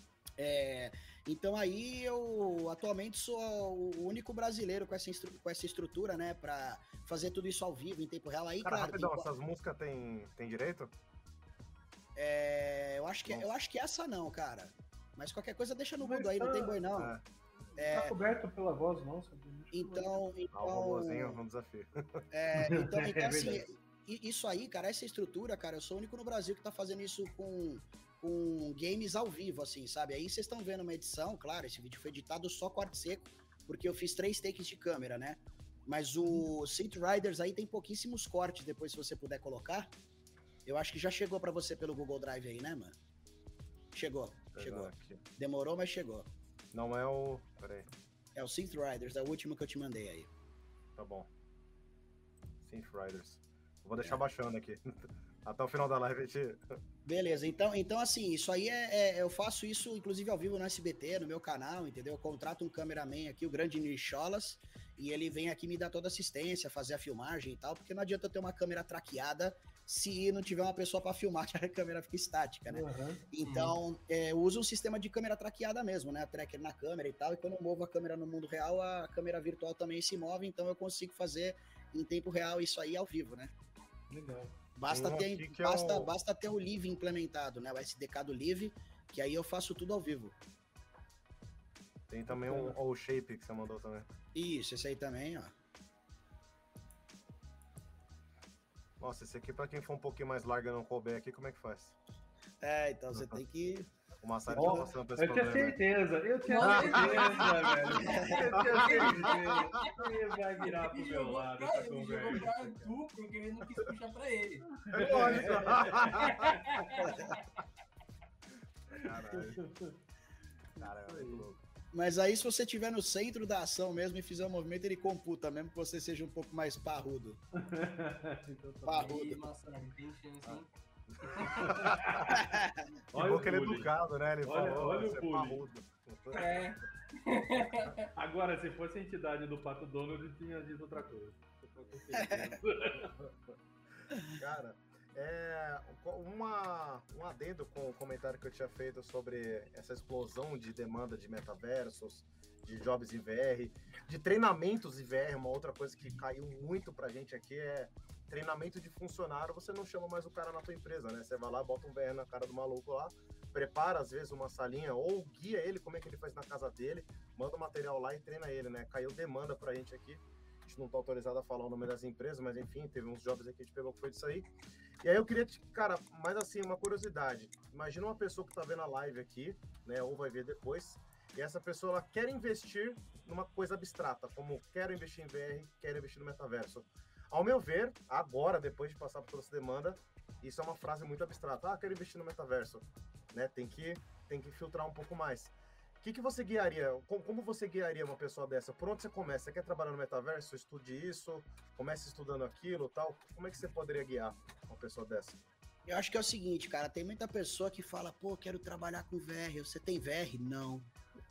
Speaker 6: É, então aí eu atualmente sou o único brasileiro com essa, instru- com essa estrutura, né, pra fazer tudo isso ao vivo, em tempo real. Aí,
Speaker 2: cara,
Speaker 6: claro,
Speaker 2: rapidão,
Speaker 6: tem...
Speaker 2: essas músicas tem, tem direito?
Speaker 6: É, eu, acho que, eu acho que essa não, cara. Mas qualquer coisa deixa no mundo aí, não tem boi não.
Speaker 3: É. É, tá coberto pela voz, não.
Speaker 6: Então, então...
Speaker 2: Ah, o robôzinho, um desafio.
Speaker 6: É, então, então é assim, isso aí, cara, essa estrutura, cara, eu sou o único no Brasil que tá fazendo isso com, com games ao vivo, assim, sabe? Aí vocês estão vendo uma edição, claro, esse vídeo foi editado só corte seco, porque eu fiz três takes de câmera, né? Mas o Synth Riders aí tem pouquíssimos cortes, depois se você puder colocar. Eu acho que já chegou pra você pelo Google Drive aí, né, mano? Chegou, Vou chegou. Aqui. Demorou, mas chegou.
Speaker 2: Não é o... Peraí.
Speaker 6: É o Synth Riders, é o último que eu te mandei aí.
Speaker 2: Tá bom. Synth Riders. Vou deixar é. baixando aqui. Até o final da live a gente...
Speaker 6: Beleza, então, então assim, isso aí é, é... Eu faço isso, inclusive, ao vivo no S B T, no meu canal, entendeu? Eu contrato um cameraman aqui, o grande Nicholas, e ele vem aqui me dar toda assistência, fazer a filmagem e tal, porque não adianta eu ter uma câmera traqueada se não tiver uma pessoa para filmar, que a câmera fica estática, né? Uhum. Então, é, eu uso um sistema de câmera traqueada mesmo, né? A tracker na câmera e tal, e quando eu movo a câmera no mundo real, a câmera virtual também se move, então eu consigo fazer em tempo real isso aí ao vivo, né?
Speaker 3: Legal.
Speaker 6: Basta ter, basta, eu... basta ter o Live implementado, né? O S D K do Live, que aí eu faço tudo ao vivo.
Speaker 2: Tem também um O Shape que você mandou também.
Speaker 6: Isso, esse aí também, ó.
Speaker 2: Nossa, esse aqui pra quem for um pouquinho mais largo e não couber aqui, como é que faz?
Speaker 6: É, então você tem que
Speaker 2: O Massaro
Speaker 3: Ó,
Speaker 2: tá passando por esse
Speaker 3: Eu tinha
Speaker 2: problema.
Speaker 3: certeza, eu tinha
Speaker 5: Nossa.
Speaker 3: certeza, velho. Eu tinha certeza. Ele vai virar pro
Speaker 5: Ele
Speaker 3: meu
Speaker 5: jogou
Speaker 3: lado
Speaker 5: pra
Speaker 3: essa
Speaker 5: ele, jogou
Speaker 3: conversa.
Speaker 5: pra Arthur porque ele não quis puxar pra ele.
Speaker 2: Lógico. Caralho. Cara, é muito louco.
Speaker 6: Mas aí, se você estiver no centro da ação mesmo e fizer um movimento, ele computa, mesmo que você seja um pouco mais parrudo.
Speaker 3: Então tá bom.
Speaker 6: Parrudo.
Speaker 5: Aí, Massaro, tem chance, hein?
Speaker 2: Que
Speaker 3: Olha
Speaker 2: bom
Speaker 3: o
Speaker 2: que ele é
Speaker 3: bullying.
Speaker 2: educado, né? Ele
Speaker 3: Olha-
Speaker 2: falou,
Speaker 3: olha o
Speaker 2: você é
Speaker 3: bullying.
Speaker 2: parrudo.
Speaker 5: É.
Speaker 3: Agora, se fosse a entidade do Pato Donald, tinha dito outra coisa. Eu tô com certeza.
Speaker 2: Cara, é, uma, um adendo com o comentário que eu tinha feito sobre essa explosão de demanda de metaversos, de jobs em V R, de treinamentos em V R. Uma outra coisa que caiu muito pra gente aqui é treinamento de funcionário. Você não chama mais o cara na tua empresa, né? Você vai lá, bota um V R na cara do maluco lá, prepara às vezes uma salinha ou guia ele como é que ele faz na casa dele, manda o material lá e treina ele, né? Caiu demanda pra gente aqui. A gente não tá autorizado a falar o nome das empresas, mas enfim, teve uns jobs aqui que a gente pegou que foi disso aí. E aí eu queria, te- cara, mas assim, uma curiosidade. Imagina uma pessoa que tá vendo a live aqui, né, ou vai ver depois, e essa pessoa ela quer investir numa coisa abstrata, como quero investir em V R, quero investir no metaverso. Ao meu ver, agora, depois de passar por toda essa demanda, isso é uma frase muito abstrata. Ah, quero investir no metaverso, né? Tem que, tem que filtrar um pouco mais. O que, que você guiaria? Como, como você guiaria uma pessoa dessa? Por onde você começa? Você quer trabalhar no metaverso? Estude isso, comece estudando aquilo, tal. Como é que você poderia guiar uma pessoa dessa?
Speaker 6: Eu acho que é o seguinte, cara, tem muita pessoa que fala, pô, quero trabalhar com V R. Você tem V R? Não.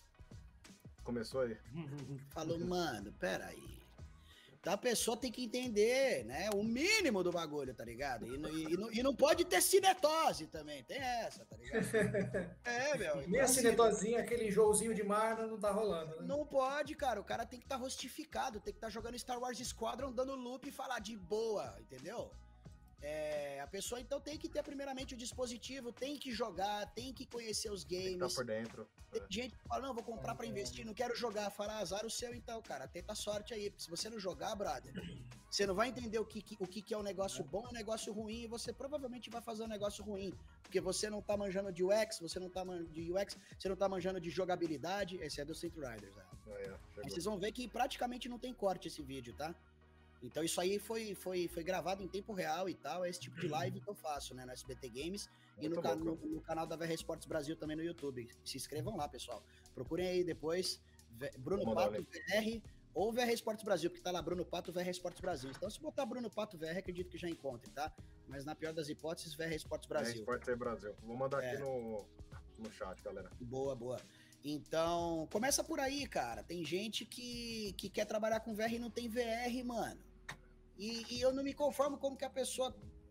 Speaker 2: Começou aí?
Speaker 6: Falou, mano, peraí. Então a pessoa tem que entender, né, o mínimo do bagulho, tá ligado? E, não- e não, e não pode ter cinetose também, tem essa, tá ligado? É, meu.
Speaker 4: Nem
Speaker 6: então,
Speaker 4: a
Speaker 6: assim,
Speaker 4: cinetozinha, aquele jogozinho de mar não tá rolando, né?
Speaker 6: Não pode, cara. O cara tem que estar rostificado, tem que estar jogando Star Wars Squadron, dando loop e falar de boa, entendeu? É, a pessoa então tem que ter primeiramente o dispositivo, tem que jogar, tem que conhecer os
Speaker 2: Tem que estar
Speaker 6: games.
Speaker 2: por dentro.
Speaker 6: Tem gente que fala, não, vou comprar pra investir, não quero jogar. Fala, azar o seu então, cara. Tenta sorte aí, porque se você não jogar, brother, você não vai entender o que, que- o que, que é um negócio bom e um negócio ruim, e você provavelmente vai fazer um negócio ruim, porque você não tá manjando de U X, você não tá manjando de U X, você não tá manjando de jogabilidade. Esse é do Saint Riders, né?
Speaker 2: Aí, ó,
Speaker 6: Aí
Speaker 2: chegou.
Speaker 6: vocês vão ver que praticamente não tem corte esse vídeo, tá? Então isso aí foi, foi, foi gravado em tempo real e tal, é esse tipo de live que eu faço, né, no S B T Games e no,
Speaker 2: Muito
Speaker 6: ca-
Speaker 2: louco.
Speaker 6: no- no canal da V R Esportes Brasil também no YouTube. Se inscrevam lá, pessoal. Procurem aí depois, V- Bruno
Speaker 2: Vou mandar o
Speaker 6: Pato V R ou V R Esportes Brasil, porque tá lá Bruno Pato V R Esportes Brasil. Então se botar Bruno Pato V R, acredito que já encontre, tá? Mas na pior das hipóteses, V R Esportes Brasil.
Speaker 2: Esporte Brasil. Vou mandar
Speaker 6: É.
Speaker 2: aqui no, no chat, galera.
Speaker 6: Boa, boa. Então, começa por aí, cara. Tem gente que, que quer trabalhar com V R e não tem V R, mano. E, e eu não me conformo como que a pessoa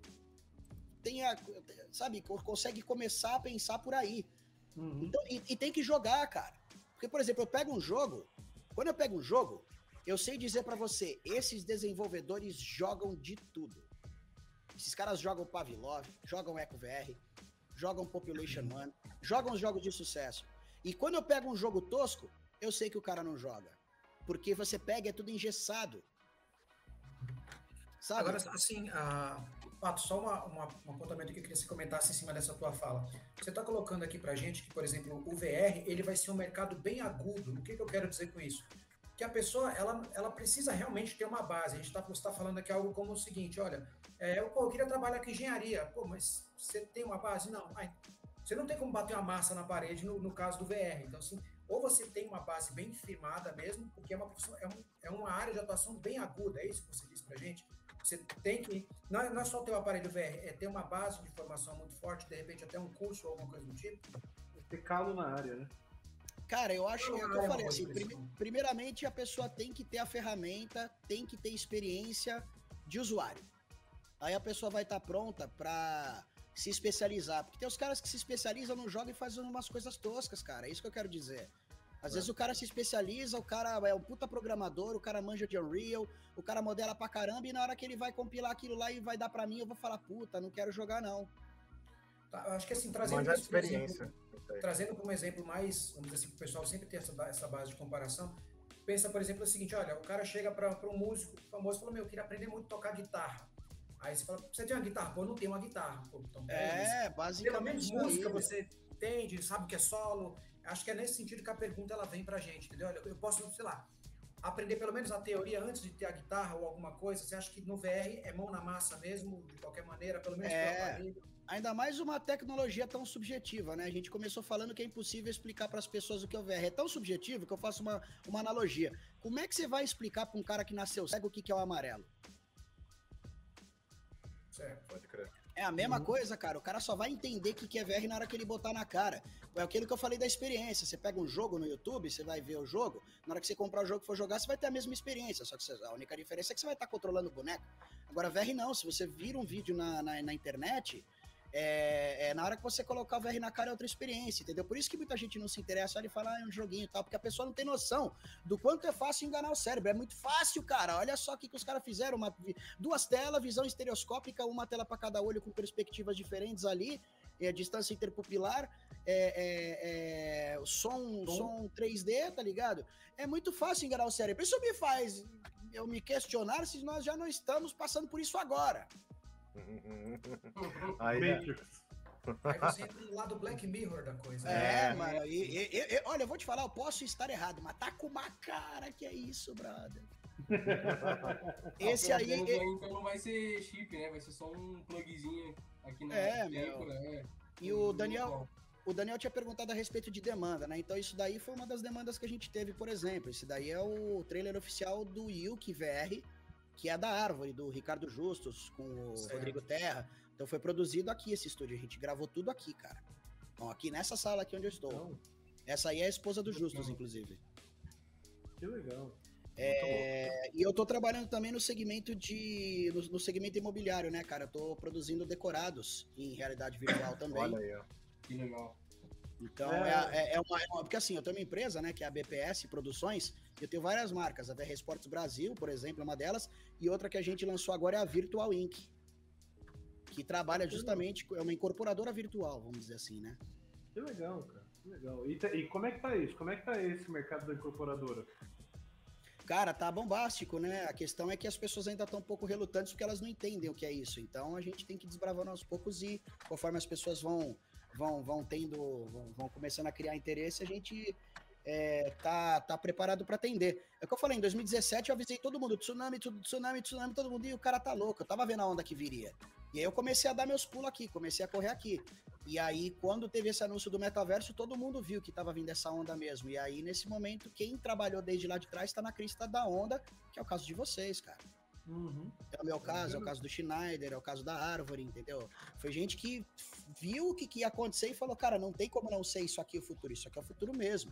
Speaker 6: tenha, sabe, co- consegue começar a pensar por aí.
Speaker 3: Uhum.
Speaker 6: Então, e, e tem que jogar, cara. Porque, por exemplo, eu pego um jogo, quando eu pego um jogo, eu sei dizer pra você, esses desenvolvedores jogam de tudo. Esses caras jogam Pavlov, jogam Eco V R, jogam Population One, jogam os jogos de sucesso. E quando eu pego um jogo tosco, eu sei que o cara não joga. Porque você pega, é tudo engessado. Sabe?
Speaker 4: Agora, assim, a... Pato, só uma, uma, um apontamento que eu queria que você comentasse em cima dessa tua fala. Você está colocando aqui pra gente que, por exemplo, o V R, ele vai ser um mercado bem agudo. O que, que eu quero dizer com isso? Que a pessoa, ela, ela precisa realmente ter uma base. A gente está tá falando aqui algo como o seguinte, olha, é, eu, pô, eu queria trabalhar com engenharia. Pô, mas você tem uma base? Não. Ai, você não tem como bater uma massa na parede no, no caso do V R. Então, assim, ou você tem uma base bem firmada mesmo, porque é uma, profissão- é, um, é uma área de atuação bem aguda, é isso que você disse pra gente? Você tem que, não é, não é só ter o aparelho V R, é ter uma base de formação muito forte, de repente até um curso ou alguma coisa do tipo.
Speaker 3: Ter calo na área, né?
Speaker 6: Cara, eu acho, é o que
Speaker 4: Ah, é
Speaker 6: eu
Speaker 4: uma
Speaker 6: falei,
Speaker 4: boa
Speaker 6: assim,
Speaker 4: expressão.
Speaker 6: prime- primeiramente a pessoa tem que ter a ferramenta, tem que ter experiência de usuário. Aí a pessoa vai estar pronta pra se especializar, porque tem os caras que se especializam no jogo e fazem umas coisas toscas, cara, é isso que eu quero dizer. Às vezes o cara se especializa, o cara é um puta programador, o cara manja de Unreal, o cara modela pra caramba, e na hora que ele vai compilar aquilo lá e vai dar pra mim, eu vou falar, puta, não quero jogar não.
Speaker 4: Tá, eu acho que assim, trazendo
Speaker 2: Manjar de
Speaker 4: isso, por exemplo,
Speaker 2: experiência. Isso aí.
Speaker 4: trazendo como exemplo mais, vamos dizer assim, o pessoal sempre tem essa, ba- essa base de comparação. Pensa, por exemplo, o seguinte, olha, o cara chega para um músico famoso e fala, meu, eu queria aprender muito a tocar guitarra. Aí você fala, você tem uma guitarra? Pô, eu não tenho uma guitarra. Pô, então, pera, mas
Speaker 6: É,
Speaker 4: pelo
Speaker 6: basicamente
Speaker 4: menos
Speaker 6: isso aí,
Speaker 4: música
Speaker 6: meu.
Speaker 4: você entende, sabe o que é solo. Acho que é nesse sentido que a pergunta ela vem pra gente, entendeu? Eu posso, sei lá, aprender pelo menos a teoria antes de ter a guitarra ou alguma coisa. Você acha que no V R é mão na massa mesmo, de qualquer maneira, pelo menos
Speaker 6: É.
Speaker 4: pelo aparelho?
Speaker 6: Ainda mais uma tecnologia tão subjetiva, né? A gente começou falando que é impossível explicar para as pessoas o que é o V R. É tão subjetivo que eu faço uma, uma analogia. Como é que você vai explicar para um cara que nasceu cego o que, que é o amarelo?
Speaker 4: Certo.
Speaker 2: Pode crer.
Speaker 6: É a mesma
Speaker 4: Uhum.
Speaker 6: coisa, cara. O cara só vai entender o que, que é V R na hora que ele botar na cara. É aquilo que eu falei da experiência. Você pega um jogo no YouTube, você vai ver o jogo. Na hora que você comprar o jogo e for jogar, você vai ter a mesma experiência. Só que você- a única diferença é que você vai estar controlando o boneco. Agora, V R não. Se você vira um vídeo na, na, na internet, é, é, na hora que você colocar o V R na cara é outra experiência, entendeu? Por isso que muita gente não se interessa e fala, ah, é um joguinho e tal, porque a pessoa não tem noção do quanto é fácil enganar o cérebro. É muito fácil, cara. Olha só o que, que os caras fizeram. Uma, duas telas, visão estereoscópica, uma tela para cada olho com perspectivas diferentes ali, é, distância interpupilar, é, é, é, som, som três D, tá ligado? É muito fácil enganar o cérebro. Isso me faz eu me questionar se nós já não estamos passando por isso agora.
Speaker 2: Aí, né?
Speaker 3: Matrix.
Speaker 4: Aí você entra no lado Black Mirror da coisa.
Speaker 6: É,
Speaker 2: É.
Speaker 6: mano, e, e- e- e- olha, eu vou te falar, eu posso estar errado, mas tá com uma cara que é isso, brother. Esse
Speaker 5: Ah,
Speaker 6: aí,
Speaker 5: pelo menos
Speaker 6: e-
Speaker 5: aí, então não vai ser chip, né? Vai ser só um plugzinho aqui na
Speaker 6: É,
Speaker 5: têmpora, é.
Speaker 6: e o
Speaker 5: Hum,
Speaker 6: Daniel,
Speaker 5: bom.
Speaker 6: o Daniel tinha perguntado a respeito de demanda, né? Então isso daí foi uma das demandas que a gente teve, por exemplo. Esse daí é o trailer oficial do Yuki V R, que é da Árvore, do Ricardo Justus, com o
Speaker 4: Certo.
Speaker 6: Rodrigo Terra. Então foi produzido aqui esse estúdio, a gente gravou tudo aqui, cara. Então aqui nessa sala aqui onde eu estou.
Speaker 3: Então,
Speaker 6: Essa aí é a esposa do Justus,
Speaker 5: Legal.
Speaker 6: inclusive.
Speaker 3: que legal.
Speaker 6: É, e eu tô trabalhando também no segmento de. No, no segmento imobiliário, né, cara? Eu tô produzindo decorados em realidade virtual também.
Speaker 2: Olha aí, ó.
Speaker 5: Que legal.
Speaker 6: Então,
Speaker 3: É.
Speaker 6: é, é, é uma, é uma- Porque assim, eu tenho uma empresa, né, que é a B P S Produções, e eu tenho várias marcas. A V R Sports Brasil, por exemplo, é uma delas, e outra que a gente lançou agora é a Virtual Inc, que trabalha justamente, com- é uma incorporadora virtual, vamos dizer assim, né?
Speaker 3: Que legal, cara. Que legal. E, tá- e como é que tá isso? Como é que tá esse mercado da incorporadora?
Speaker 6: Cara, tá bombástico, né? A questão é que as pessoas ainda estão um pouco relutantes porque elas não entendem o que é isso. Então a gente tem que desbravando aos poucos e conforme as pessoas vão vão, vão tendo, vão, vão começando a criar interesse, a gente é, tá, tá preparado para atender. É o que eu falei, em dois mil e dezessete eu avisei todo mundo, tsunami, tu- tsunami, tsunami, todo mundo, e o cara tá louco, eu tava vendo a onda que viria. E aí eu comecei a dar meus pulos aqui, comecei a correr aqui. E aí, quando teve esse anúncio do metaverso, todo mundo viu que tava vindo essa onda mesmo. E aí, nesse momento, quem trabalhou desde lá de trás tá na crista da onda, que é o caso de vocês, cara.
Speaker 3: Uhum.
Speaker 6: É o meu caso, é o caso do Schneider, é o caso da Árvore, entendeu? Foi gente que viu o que, que ia acontecer e falou, cara, não tem como não ser isso aqui o futuro, isso aqui é o futuro mesmo.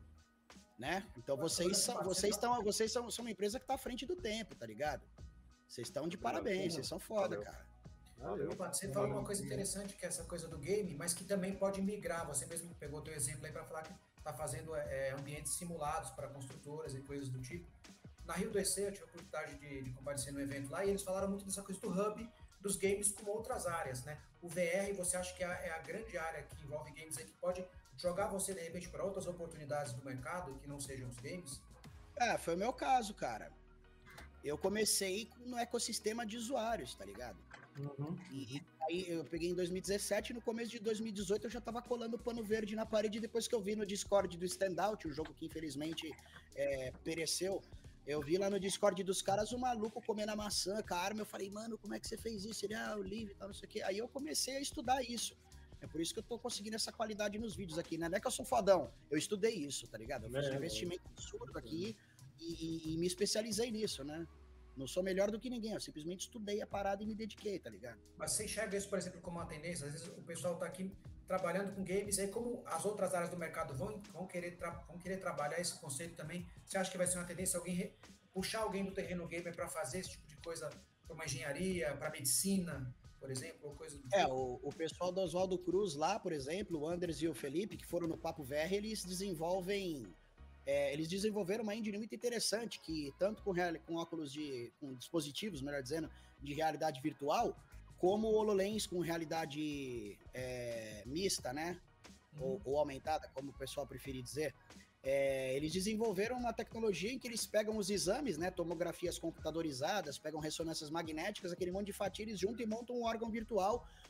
Speaker 6: Né? Então vocês são, vocês estão, vocês são, são uma empresa que tá à frente do tempo, tá ligado? Vocês estão de parabéns, vocês são foda,
Speaker 2: Valeu.
Speaker 6: cara.
Speaker 3: Valeu.
Speaker 4: Opa, você falou uma coisa interessante, que é essa coisa do game, mas que também pode migrar. Você mesmo pegou teu exemplo aí para falar que está fazendo é, ambientes simulados para construtoras e coisas do tipo. Na Rio do E C, eu tive a oportunidade de, de comparecer no evento lá, e eles falaram muito dessa coisa do hub dos games com outras áreas, né? O V R, você acha que é a, é a grande área que envolve games aí, que pode jogar você, de repente, para outras oportunidades do mercado, que não sejam os games?
Speaker 6: É, foi o meu caso, cara. Eu comecei no ecossistema de usuários, tá ligado?
Speaker 3: Uhum.
Speaker 6: E, e aí eu peguei em dois mil e dezessete, no começo de dois mil e dezoito eu já tava colando pano verde na parede depois que eu vi no Discord do Standout, um jogo que infelizmente é, pereceu. Eu vi lá no Discord dos caras o maluco comendo a maçã com a arma. Eu falei, mano, como é que você fez isso? Ele, ah, o livre e tal, não sei o quê. Aí eu comecei a estudar isso. É por isso que eu tô conseguindo essa qualidade nos vídeos aqui, né? Não é que eu sou fodão, eu estudei isso, tá ligado? Eu fiz um
Speaker 3: É,
Speaker 6: investimento absurdo aqui e, e- e me especializei nisso, né? Não sou melhor do que ninguém, eu simplesmente estudei a parada e me dediquei, tá ligado?
Speaker 4: Mas você enxerga isso, por exemplo, como uma tendência? Às vezes o pessoal está aqui trabalhando com games, e aí como as outras áreas do mercado vão, vão, querer, tra- vão querer trabalhar esse conceito também, você acha que vai ser uma tendência alguém re- puxar alguém do terreno gamer para fazer esse tipo de coisa para uma engenharia, para medicina, por exemplo, ou coisa do
Speaker 6: É,
Speaker 4: tipo?
Speaker 6: o, o pessoal do Oswaldo Cruz lá, por exemplo, o Anders e o Felipe, que foram no Papo V R, eles desenvolvem. é, eles desenvolveram uma engine muito interessante, que tanto com, real- com óculos de. com dispositivos, melhor dizendo, de realidade virtual, como o HoloLens com realidade é, mista, né? Ou, ou aumentada, como o pessoal preferir dizer. É, eles desenvolveram uma tecnologia em que eles pegam os exames, né, tomografias computadorizadas, pegam ressonâncias magnéticas, aquele monte de fatia, eles juntam e montam um órgão virtual,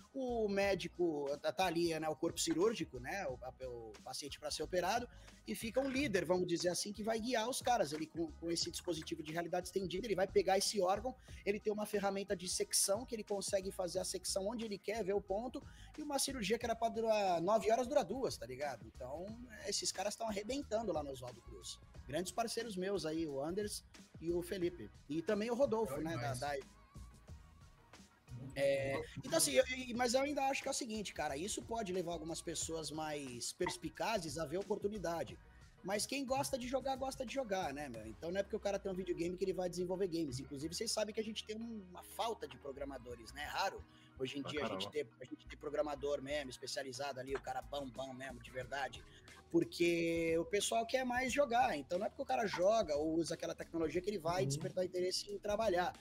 Speaker 6: o médico tá, tá ali, né, o corpo cirúrgico, né, o, a, o paciente para ser operado, e fica um líder, vamos dizer assim, que vai guiar os caras. Ele com, com esse dispositivo de realidade estendida, ele vai pegar esse órgão, ele tem uma ferramenta de secção, que ele consegue fazer a secção onde ele quer, ver o ponto, e uma cirurgia que era para durar nove horas, dura duas, tá ligado? Então, esses caras estão arrebentando lá no Oswaldo Cruz. Grandes parceiros meus aí, o Anders e o Felipe. E também o Rodolfo, né, da, da... É, então assim, eu, mas eu ainda acho que é o seguinte, cara, isso pode levar algumas pessoas mais perspicazes a ver oportunidade, mas quem gosta de jogar, gosta de jogar, né, meu? Então não é porque o cara tem um videogame que ele vai desenvolver games. Inclusive, vocês sabem que a gente tem uma falta de programadores, né, raro. Hoje em ah, dia a gente, tem, a gente tem programador mesmo, especializado ali, o cara bam, bam mesmo, de verdade, porque o pessoal quer mais jogar, então não é porque o cara joga ou usa aquela tecnologia que ele vai uhum. despertar interesse em trabalhar.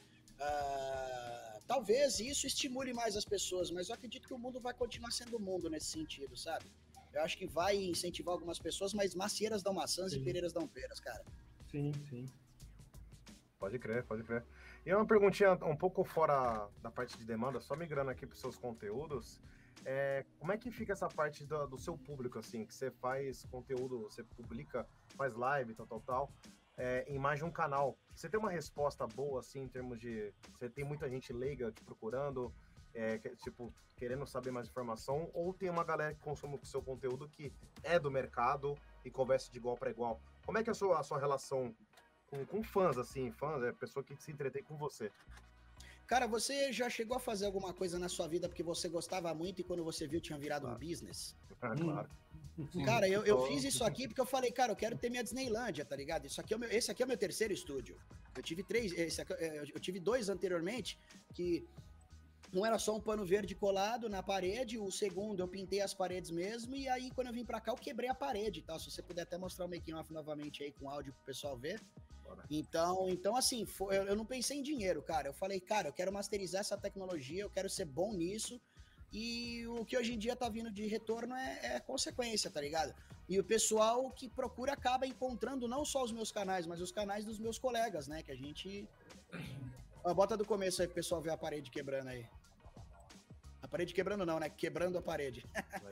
Speaker 6: Uh, talvez isso estimule mais as pessoas, mas eu acredito que o mundo vai continuar sendo o mundo nesse sentido, sabe? Eu acho que vai incentivar algumas pessoas, mas macieiras dão maçãs sim. e pereiras dão peras, cara.
Speaker 2: Sim, sim. Pode crer, pode crer. E uma perguntinha um pouco fora da parte de demanda, só migrando aqui para os seus conteúdos, é, como é que fica essa parte do, do seu público, assim, que você faz conteúdo, você publica, faz live, tal, tal, tal, é, em mais de um canal. Você tem uma resposta boa, assim, em termos de... Você tem muita gente leiga te procurando, é, que, tipo, querendo saber mais informação, ou tem uma galera que consome o seu conteúdo que é do mercado e conversa de igual para igual? Como é que é a sua, a sua relação com, com fãs, assim, fãs, é pessoa que se entretém com você?
Speaker 6: Cara, você já chegou a fazer alguma coisa na sua vida porque você gostava muito e quando você viu tinha virado claro. um business?
Speaker 2: Ah, claro.
Speaker 6: Cara, eu, eu fiz isso aqui porque eu falei, cara, eu quero ter minha Disneylândia, tá ligado? Isso aqui é o meu, esse aqui é o meu terceiro estúdio. Eu tive três, esse aqui, eu tive dois anteriormente, que um era só um pano verde colado na parede, o segundo eu pintei as paredes mesmo, e aí quando eu vim pra cá eu quebrei a parede e tal. Se você puder até mostrar o making off novamente aí com áudio pro pessoal ver. Então, então assim, foi, eu, eu não pensei em dinheiro, cara. Eu falei, cara, eu quero masterizar essa tecnologia, eu quero ser bom nisso. E o que hoje em dia tá vindo de retorno é, é consequência, tá ligado? E o pessoal que procura acaba encontrando não só os meus canais, mas os canais dos meus colegas, né? Que a gente... Ó, bota do começo aí pro pessoal ver a parede quebrando aí. A parede quebrando não, né? Quebrando a parede.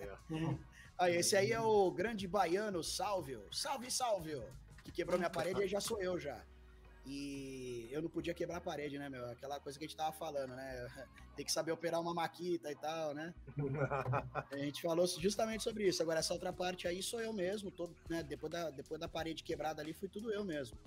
Speaker 6: Aí, esse aí é o grande baiano Sálvio. Salve, Sálvio! Que quebrou minha parede e já sou eu já. E eu não podia quebrar a parede, né, meu? Aquela coisa que a gente tava falando, né? Tem que saber operar uma maquita e tal, né? A gente falou justamente sobre isso. Agora, essa outra parte aí sou eu mesmo. Todo, né? depois, da, depois da parede quebrada ali, foi tudo eu mesmo.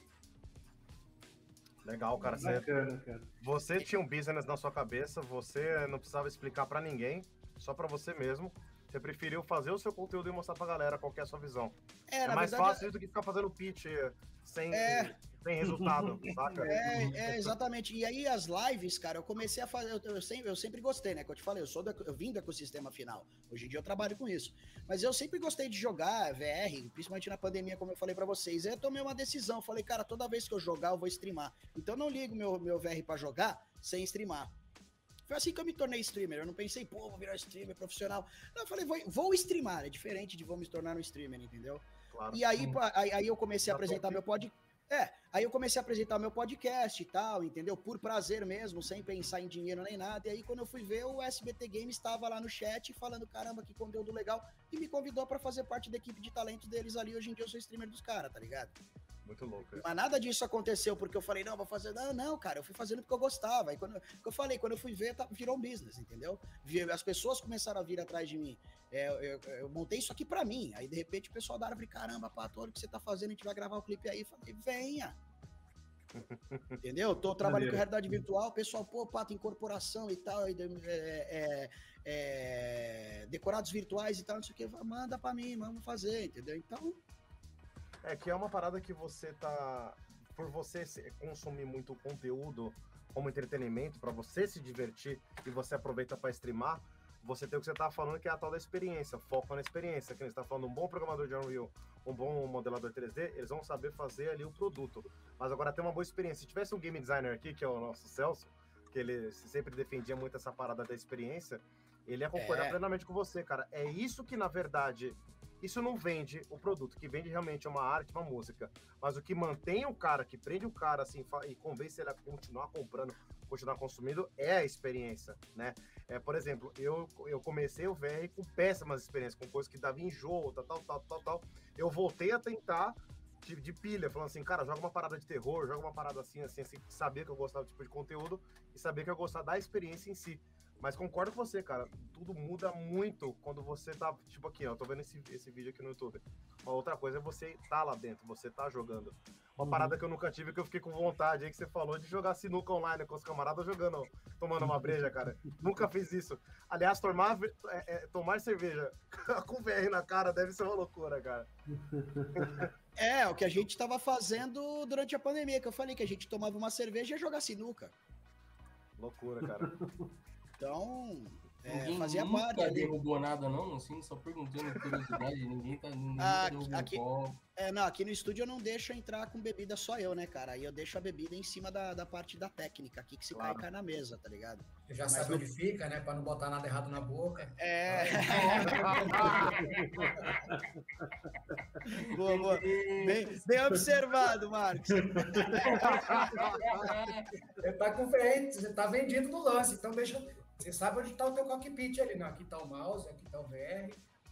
Speaker 2: Legal, cara. Você, Bacana, cara. Você tinha um business na sua cabeça, você não precisava explicar pra ninguém, só pra você mesmo. Você preferiu fazer o seu conteúdo e mostrar pra galera qual que é a sua visão. É, é mais verdade, fácil do que ficar fazendo pitch sem, é... sem resultado, saca?
Speaker 6: É, é, exatamente. E aí as lives, cara, eu comecei a fazer, eu, eu, sempre, eu sempre gostei, né? Que eu te falei, eu, sou do, eu vim do ecossistema final. Hoje em dia eu trabalho com isso. Mas eu sempre gostei de jogar V R, principalmente na pandemia, como eu falei pra vocês. Aí eu tomei uma decisão, eu falei, cara, toda vez que eu jogar, eu vou streamar. Então eu não ligo meu, meu V R pra jogar sem streamar. Foi assim que eu me tornei streamer. Eu não pensei, pô, vou virar streamer profissional. Não, eu falei, vou, vou streamar. É diferente de vou me tornar um streamer, entendeu? Claro. E aí, pô, aí, aí eu comecei a apresentar meu podcast. É, aí eu comecei a apresentar meu podcast e tal, entendeu? Por prazer mesmo, sem pensar em dinheiro nem nada. E aí, quando eu fui ver, o S B T Games estava lá no chat falando, caramba, que conteúdo legal. E me convidou pra fazer parte da equipe de talentos deles ali. Hoje em dia eu sou streamer dos caras, tá ligado?
Speaker 2: Muito louco. É.
Speaker 6: Mas nada disso aconteceu porque eu falei, não, vou fazer. Não, não, cara, eu fui fazendo porque eu gostava. Aí quando eu, eu falei, quando eu fui ver, tá, virou um business, entendeu? As pessoas começaram a vir atrás de mim. É, eu, eu, eu montei isso aqui pra mim. Aí, de repente, o pessoal da árvore, caramba, Pato, olha o que você tá fazendo, a gente vai gravar o clipe aí. Eu falei, venha. Entendeu? Tô trabalhando com realidade virtual, o pessoal, pô, Pato, incorporação e tal, é, é, é, decorados virtuais e tal, não sei o que. Manda pra mim, vamos fazer, entendeu? Então...
Speaker 2: É que é uma parada que você tá... Por você consumir muito conteúdo como entretenimento, pra você se divertir e você aproveita pra streamar, você tem o que você tá falando, que é a tal da experiência, foco na experiência. Que você tá falando, um bom programador de Unreal, um bom modelador três D, eles vão saber fazer ali o produto. Mas agora tem uma boa experiência. Se tivesse um game designer aqui, que é o nosso Celso, que ele sempre defendia muito essa parada da experiência, ele ia concordar é. plenamente com você, cara. É isso que, na verdade... Isso não vende o produto, o que vende realmente é uma arte, uma música. Mas o que mantém o cara, que prende o cara assim e convence ele a continuar comprando, continuar consumindo, é a experiência, né? É, por exemplo, eu, eu comecei o V R com péssimas experiências, com coisas que dava enjoo, tal, tal, tal, tal, tal. Eu voltei a tentar de, de pilha, falando assim, cara, joga uma parada de terror, joga uma parada assim, assim, assim, saber que eu gostava do tipo de conteúdo e saber que eu gostava da experiência em si. Mas concordo com você, cara, tudo muda muito quando você tá, tipo aqui, ó, eu tô vendo esse, esse vídeo aqui no YouTube. Uma outra coisa é você tá lá dentro, você tá jogando. Uma uhum. parada que eu nunca tive, que eu fiquei com vontade aí, que você falou, de jogar sinuca online com os camaradas jogando, tomando uma breja, cara. Nunca fiz isso. Aliás, tomar, é, é, tomar cerveja com V R na cara deve ser uma loucura, cara.
Speaker 6: É, o que a gente tava fazendo durante a pandemia, que eu falei que a gente tomava uma cerveja e ia jogar sinuca.
Speaker 2: Loucura, cara.
Speaker 6: Então, é,
Speaker 5: ninguém
Speaker 6: fazia
Speaker 5: nunca
Speaker 6: parte ali.
Speaker 5: derrubou nada, não? Assim, só perguntando curiosidade, ninguém tá ninguém
Speaker 6: Ah,
Speaker 5: derrubou
Speaker 6: aqui,
Speaker 5: pó.
Speaker 6: É, não, aqui no estúdio eu não deixo entrar com bebida só eu, né, cara? Aí eu deixo a bebida em cima da, da parte da técnica aqui, que se claro. cai, cai na mesa, tá ligado?
Speaker 4: Eu já
Speaker 6: Mas
Speaker 4: sabe
Speaker 6: no...
Speaker 4: onde fica, né? Pra não botar nada errado na boca.
Speaker 6: É. Boa, boa. Bem, bem observado, Marcos.
Speaker 4: Você tá com frente, você tá vendido no lance, então deixa. Você sabe onde tá o teu cockpit ali, não? Aqui tá o mouse, aqui tá o V R.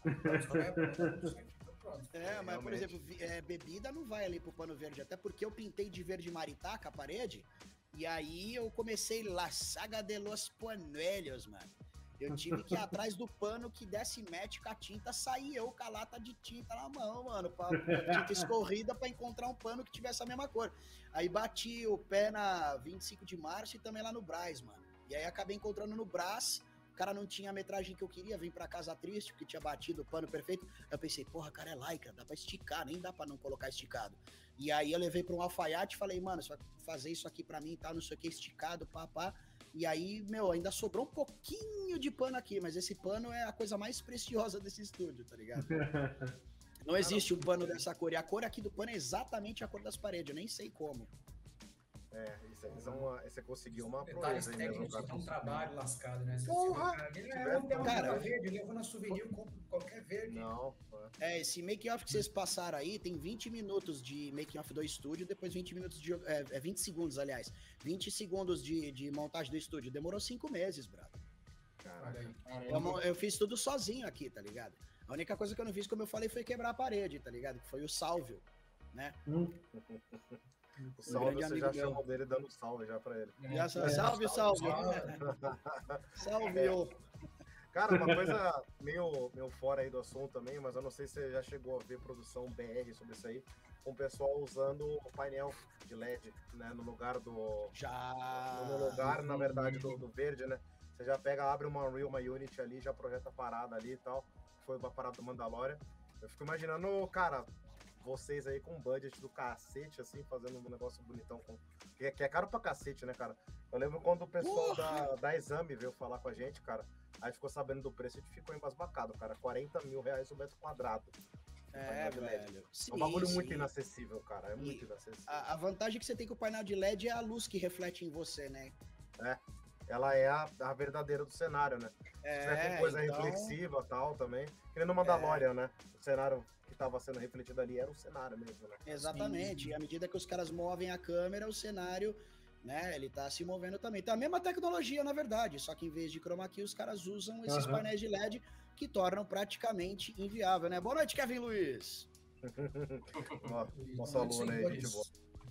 Speaker 6: É, mas, por exemplo, é, bebida não vai ali pro pano verde, até porque eu pintei de verde maritaca a parede, e aí eu comecei La Saga de los Panuelos, mano. Eu tive que ir atrás do pano que desse match com a tinta, saí eu com a lata de tinta na mão, mano, pra, tinta escorrida pra encontrar um pano que tivesse a mesma cor. Aí bati o pé na vinte e cinco de março e também lá no Brás, mano. E aí acabei encontrando no Brás. O cara não tinha a metragem que eu queria, vim pra casa triste, porque tinha batido o pano perfeito. Aí eu pensei, porra, cara, é Lycra, dá pra esticar, nem dá pra não colocar esticado. E aí eu levei pra um alfaiate e falei, mano, você vai fazer isso aqui pra mim e tal, não sei o que, esticado, pá, pá. E aí, meu, ainda sobrou um pouquinho de pano aqui, mas esse pano é a coisa mais preciosa desse estúdio, tá ligado? Não existe um pano dessa cor, e a cor aqui do pano é exatamente a cor das paredes, eu nem sei como.
Speaker 2: É, isso, isso é uma, você conseguiu uma
Speaker 4: detalhes
Speaker 2: proeza
Speaker 4: técnicos,
Speaker 2: mesmo,
Speaker 4: é um trabalho lascado, né? Você
Speaker 2: Porra!
Speaker 4: Você é, um, tem uma cara, verde, levou na souvenir, eu compro qualquer verde.
Speaker 2: Não.
Speaker 6: É, esse make-off que vocês passaram aí, tem vinte minutos de make-off do estúdio, depois vinte minutos de... É, é vinte segundos, aliás. vinte segundos de, de montagem do estúdio. Demorou cinco meses, brother.
Speaker 2: Caralho.
Speaker 6: Eu, eu fiz tudo sozinho aqui, tá ligado? A única coisa que eu não fiz, como eu falei, foi quebrar a parede, tá ligado? Que foi o Salvio, né?
Speaker 2: Hum. O salve, você já chamou dele dando salve já pra ele.
Speaker 6: Já, salve, salve. Salve,
Speaker 2: é. Cara, uma coisa meio, meio fora aí do assunto também, mas eu não sei se você já chegou a ver produção B R sobre isso aí, com o pessoal usando o painel de L E D, né, no lugar do...
Speaker 6: Já...
Speaker 2: No lugar, na verdade, do, do verde, né? Você já pega, abre uma Unreal, uma Unity ali, já projeta a parada ali e tal. Foi uma parada do Mandalorian. Eu fico imaginando, cara... vocês aí com um budget do cacete, assim, fazendo um negócio bonitão, com... que, é, que é caro pra cacete, né, cara? Eu lembro quando o pessoal da, da Exame veio falar com a gente, cara, aí ficou sabendo do preço e a gente ficou embasbacado, cara, quarenta mil reais o metro quadrado.
Speaker 6: É, velho.
Speaker 2: Sim, é um bagulho sim. muito inacessível, cara, é e muito inacessível.
Speaker 6: A, a vantagem que você tem com o painel de L E D é a luz que reflete em você, né?
Speaker 2: É, ela é a, a verdadeira do cenário, né?
Speaker 6: É,
Speaker 2: Se tiver com coisa
Speaker 6: então...
Speaker 2: reflexiva e tal também, que nem no Mandalorian, é. né? O cenário que estava sendo refletido ali era o cenário mesmo, né?
Speaker 6: Exatamente, sim. E à medida que os caras movem a câmera, o cenário, né, ele tá se movendo também. Então a mesma tecnologia, na verdade, só que em vez de chroma key, os caras usam esses uhum. painéis de L E D que tornam praticamente inviável, né? Boa noite, Kevin Luiz!
Speaker 2: Nosso aluno aí, gente boa.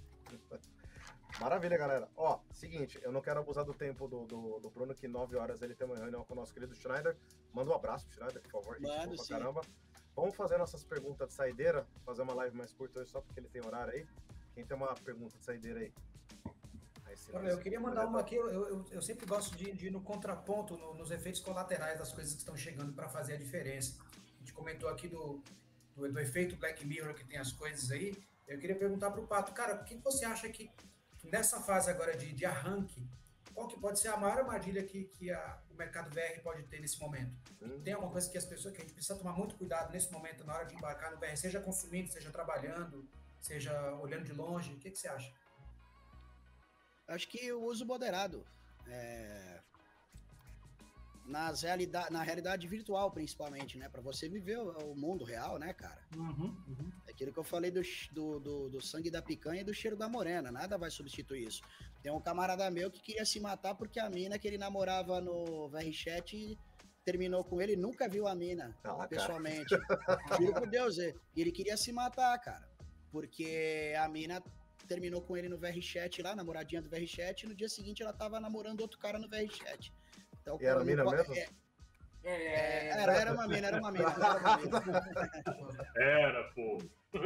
Speaker 2: Maravilha, galera. Ó, seguinte, eu não quero abusar do tempo do, do, do Bruno, que nove horas ele tem uma reunião com o nosso querido Schneider. Manda um abraço pro Schneider, por favor.
Speaker 6: Mano, sim.
Speaker 2: Caramba. Vamos fazer nossas perguntas de saideira, fazer uma live mais curta hoje só porque ele tem horário aí. Quem tem uma pergunta de saideira aí? aí
Speaker 4: Olha, eu queria mandar uma aqui, eu, eu, eu sempre gosto de, de ir no contraponto, no, nos efeitos colaterais das coisas que estão chegando para fazer a diferença. A gente comentou aqui do, do, do efeito Black Mirror que tem as coisas aí. Eu queria perguntar para o Pato, cara, o que você acha que nessa fase agora de, de arranque, qual que pode ser a maior armadilha que, que a, o mercado V R pode ter nesse momento? Hum. Tem alguma coisa que as pessoas, que a gente precisa tomar muito cuidado nesse momento, na hora de embarcar no V R, seja consumindo, seja trabalhando, seja olhando de longe, o que, que você acha?
Speaker 6: Acho que o uso moderado. É... nas realidade, na realidade virtual, principalmente, né? Pra você viver o, o mundo real, né, cara?
Speaker 3: Uhum, uhum.
Speaker 6: É aquilo que eu falei do, do, do, do sangue da picanha e do cheiro da morena. Nada vai substituir isso. Tem um camarada meu que queria se matar porque a mina que ele namorava no V R Chat terminou com ele, nunca viu a mina,
Speaker 2: Ah,
Speaker 6: pessoalmente. Juro por Deus, e ele queria se matar, cara. Porque a mina terminou com ele no V R Chat lá, namoradinha do V R Chat, e no dia seguinte ela tava namorando outro cara no V R Chat. Então,
Speaker 2: E era
Speaker 6: quando-
Speaker 2: mina mesmo?
Speaker 6: é,
Speaker 5: É,
Speaker 6: é, era, era uma mina, era uma mina. Era uma mina.
Speaker 3: Era, pô.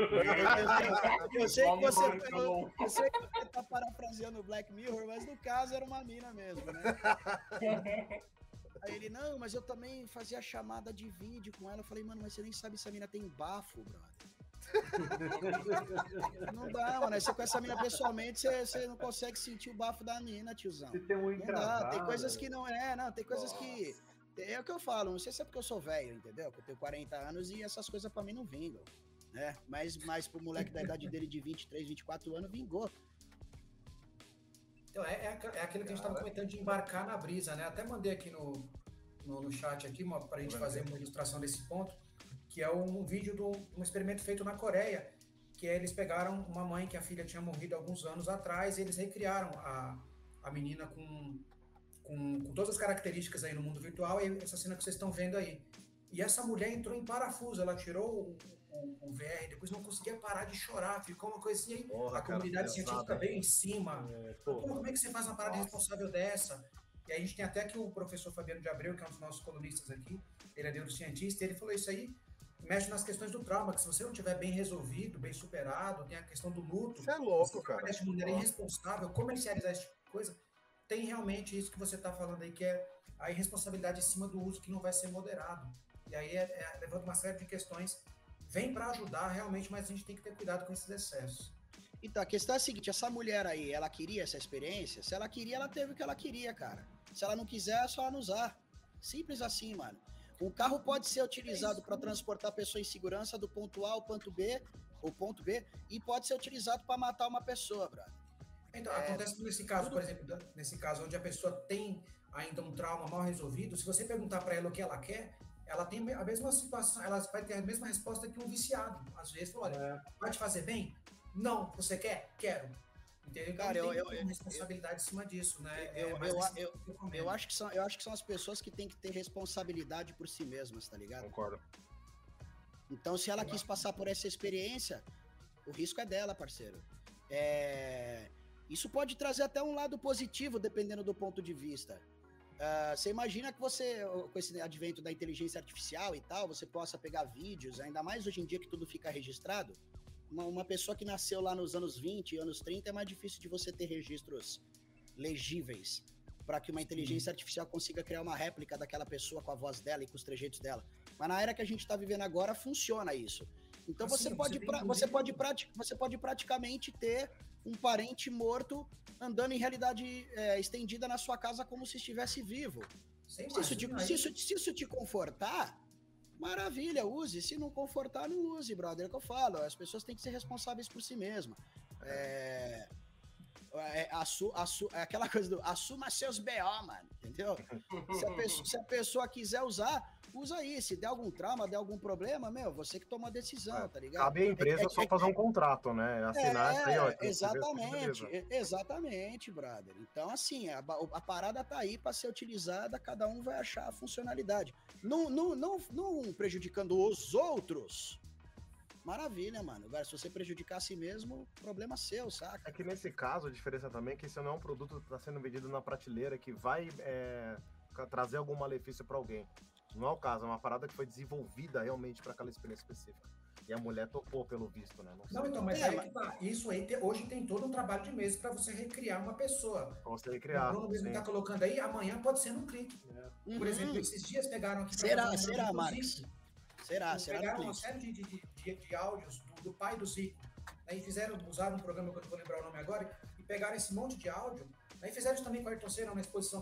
Speaker 6: Eu sei que você,
Speaker 5: Vamos,
Speaker 6: eu,
Speaker 5: vamos.
Speaker 6: eu sei que você tá parafraseando o Black Mirror, mas no caso era uma mina mesmo, né? Aí ele, não, mas eu também fazia chamada de vídeo com ela. Eu falei, mano, mas você nem sabe se a mina tem bafo, brother. Não dá, mano. Aí você com essa mina pessoalmente, você, você não consegue sentir o bafo da mina, tiozão.
Speaker 3: Se tem um
Speaker 6: Não dá,
Speaker 3: encravado.
Speaker 6: tem coisas que não é, não, tem coisas que... É o que eu falo, não sei se é porque eu sou velho, entendeu? Que eu tenho quarenta anos e essas coisas pra mim não vingam, né? Mas, mas pro moleque da idade dele de vinte e três, vinte e quatro anos, vingou.
Speaker 4: Então, é, é, aqu- é aquilo que a gente estava comentando de embarcar na brisa, né? Até mandei aqui no, no, no chat aqui para a gente fazer uma ilustração desse ponto, que é um vídeo de um experimento feito na Coreia, que é, eles pegaram uma mãe que a filha tinha morrido alguns anos atrás e eles recriaram a, a menina com, com, com todas as características aí no mundo virtual, e essa cena que vocês estão vendo aí. E essa mulher entrou em parafuso, ela tirou o, o, o V R, depois não conseguia parar de chorar, ficou uma coisinha aí,
Speaker 2: Porra,
Speaker 4: a
Speaker 2: cara,
Speaker 4: comunidade
Speaker 2: pesado,
Speaker 4: científica
Speaker 2: hein?
Speaker 4: veio em cima.
Speaker 3: É,
Speaker 4: Pô,
Speaker 3: pô.
Speaker 4: como é que você faz uma parada
Speaker 2: Nossa.
Speaker 4: responsável dessa? E aí a gente tem até que o professor Fabiano de Abreu, que é um dos nossos colunistas aqui, ele é neurocientista, e ele falou isso aí, mexe nas questões do trauma, que se você não tiver bem resolvido, bem superado, tem a questão do luto,
Speaker 2: Você é louco,
Speaker 4: você
Speaker 2: cara.
Speaker 4: faz de maneira
Speaker 2: Nossa.
Speaker 4: irresponsável, comercializar esse tipo de coisa, tem realmente isso que você está falando aí, que é a irresponsabilidade em cima do uso que não vai ser moderado. E aí é, é, levanta uma série de questões, vem para ajudar realmente, mas a gente tem que ter cuidado com esses excessos.
Speaker 6: Então, a questão é a seguinte, essa mulher aí, ela queria essa experiência? Se ela queria, ela teve o que ela queria, cara. Se ela não quiser, é só ela não usar. Simples assim, mano. Um carro pode ser utilizado para transportar a pessoa em segurança do ponto A ao ponto B, ou ponto B, e pode ser utilizado para matar uma pessoa, brother.
Speaker 4: Então,
Speaker 6: É,
Speaker 4: acontece nesse caso,
Speaker 6: tudo-
Speaker 4: por exemplo, da- nesse caso onde a pessoa tem ainda um trauma mal resolvido, se você perguntar para ela o que ela quer, ela tem a mesma situação, ela vai ter a mesma resposta que um viciado. Às vezes, olha,
Speaker 3: É.
Speaker 4: vai te fazer bem? Não. Você quer? Quero. Entendeu? Então,
Speaker 6: Cara, eu-
Speaker 4: tem
Speaker 6: eu-
Speaker 4: uma
Speaker 6: eu-
Speaker 4: responsabilidade em cima disso, né?
Speaker 6: eu-
Speaker 4: É mais
Speaker 6: eu-
Speaker 4: nesse
Speaker 6: eu-
Speaker 4: sentido que eu comento.
Speaker 6: Eu acho, que são, eu acho que são as pessoas que têm que ter responsabilidade por si mesmas, tá ligado?
Speaker 2: Concordo.
Speaker 6: Então, se ela quis passar por essa experiência, o risco é dela, parceiro. É, Isso pode trazer até um lado positivo, dependendo do ponto de vista. Ah, você imagina que você, com esse advento da inteligência artificial e tal, você possa pegar vídeos, ainda mais hoje em dia que tudo fica registrado. Uma, uma pessoa que nasceu lá nos anos vinte, anos trinta, é mais difícil de você ter registros legíveis para que uma inteligência artificial consiga criar uma réplica daquela pessoa com a voz dela e com os trejeitos dela. Mas na era que a gente está vivendo agora, funciona isso. Então
Speaker 4: Assim,
Speaker 6: você,
Speaker 4: você
Speaker 6: pode,
Speaker 4: tem
Speaker 6: pra-
Speaker 4: inclusive-
Speaker 6: você, pode prati- você pode praticamente ter um parente morto andando em realidade é, estendida na sua casa como se estivesse vivo.
Speaker 4: Você
Speaker 6: Se isso, te,
Speaker 4: imagina
Speaker 6: se,
Speaker 4: aí-
Speaker 6: isso, se isso te confortar, maravilha, use. Se não confortar, não use, brother. É o que eu falo. As pessoas têm que ser responsáveis por si mesmas. É, é, assu, assu, é aquela coisa do assuma seus B O, mano. Entendeu? Se a, pessoa, se a pessoa quiser usar, usa aí. Se der algum trauma, der algum problema, meu, você que toma a decisão,
Speaker 2: É,
Speaker 6: tá ligado?
Speaker 2: Cabe à empresa
Speaker 6: É- é-
Speaker 2: só
Speaker 6: é-
Speaker 2: fazer um contrato, né? Assinar isso aí, ó.
Speaker 6: é,
Speaker 2: tem que ver se
Speaker 6: exatamente,
Speaker 2: beleza.
Speaker 6: e- exatamente, brother. Então, assim, a, ba- a parada tá aí para ser utilizada, cada um vai achar a funcionalidade. Não, não, não, não prejudicando os outros. Maravilha, mano. Agora, se você prejudicar a si mesmo, problema seu, saca?
Speaker 2: É que nesse caso, a diferença também é que isso não é um produto que está sendo vendido na prateleira que vai é, ca- trazer algum malefício para alguém. Não é o caso, é uma parada que foi desenvolvida realmente para aquela experiência específica. E a mulher topou pelo visto, né? Não sei.
Speaker 4: Não, então, mas
Speaker 6: É,
Speaker 4: aí
Speaker 6: mas-
Speaker 4: que tá. Isso aí, te- hoje tem todo um trabalho de mês para você recriar uma pessoa.
Speaker 2: Pra você
Speaker 4: O
Speaker 2: criar.
Speaker 4: Bruno mesmo
Speaker 2: sim.
Speaker 4: está colocando aí, amanhã pode ser num clique. Por
Speaker 6: Uhum.
Speaker 4: exemplo, esses dias pegaram aqui... pra
Speaker 6: Será,
Speaker 4: fazer um
Speaker 6: será,
Speaker 4: do
Speaker 6: Marcos?
Speaker 4: Zico.
Speaker 6: Será,
Speaker 4: Eles
Speaker 6: será
Speaker 4: pegaram
Speaker 6: no
Speaker 4: uma
Speaker 6: clique.
Speaker 4: série de, de, de, de- de áudios do, do pai do Zico, né, e fizeram, usaram um programa que eu não vou lembrar o nome agora, e pegaram esse monte de áudio, né, e fizeram isso também com a Ayrton Senna na exposição.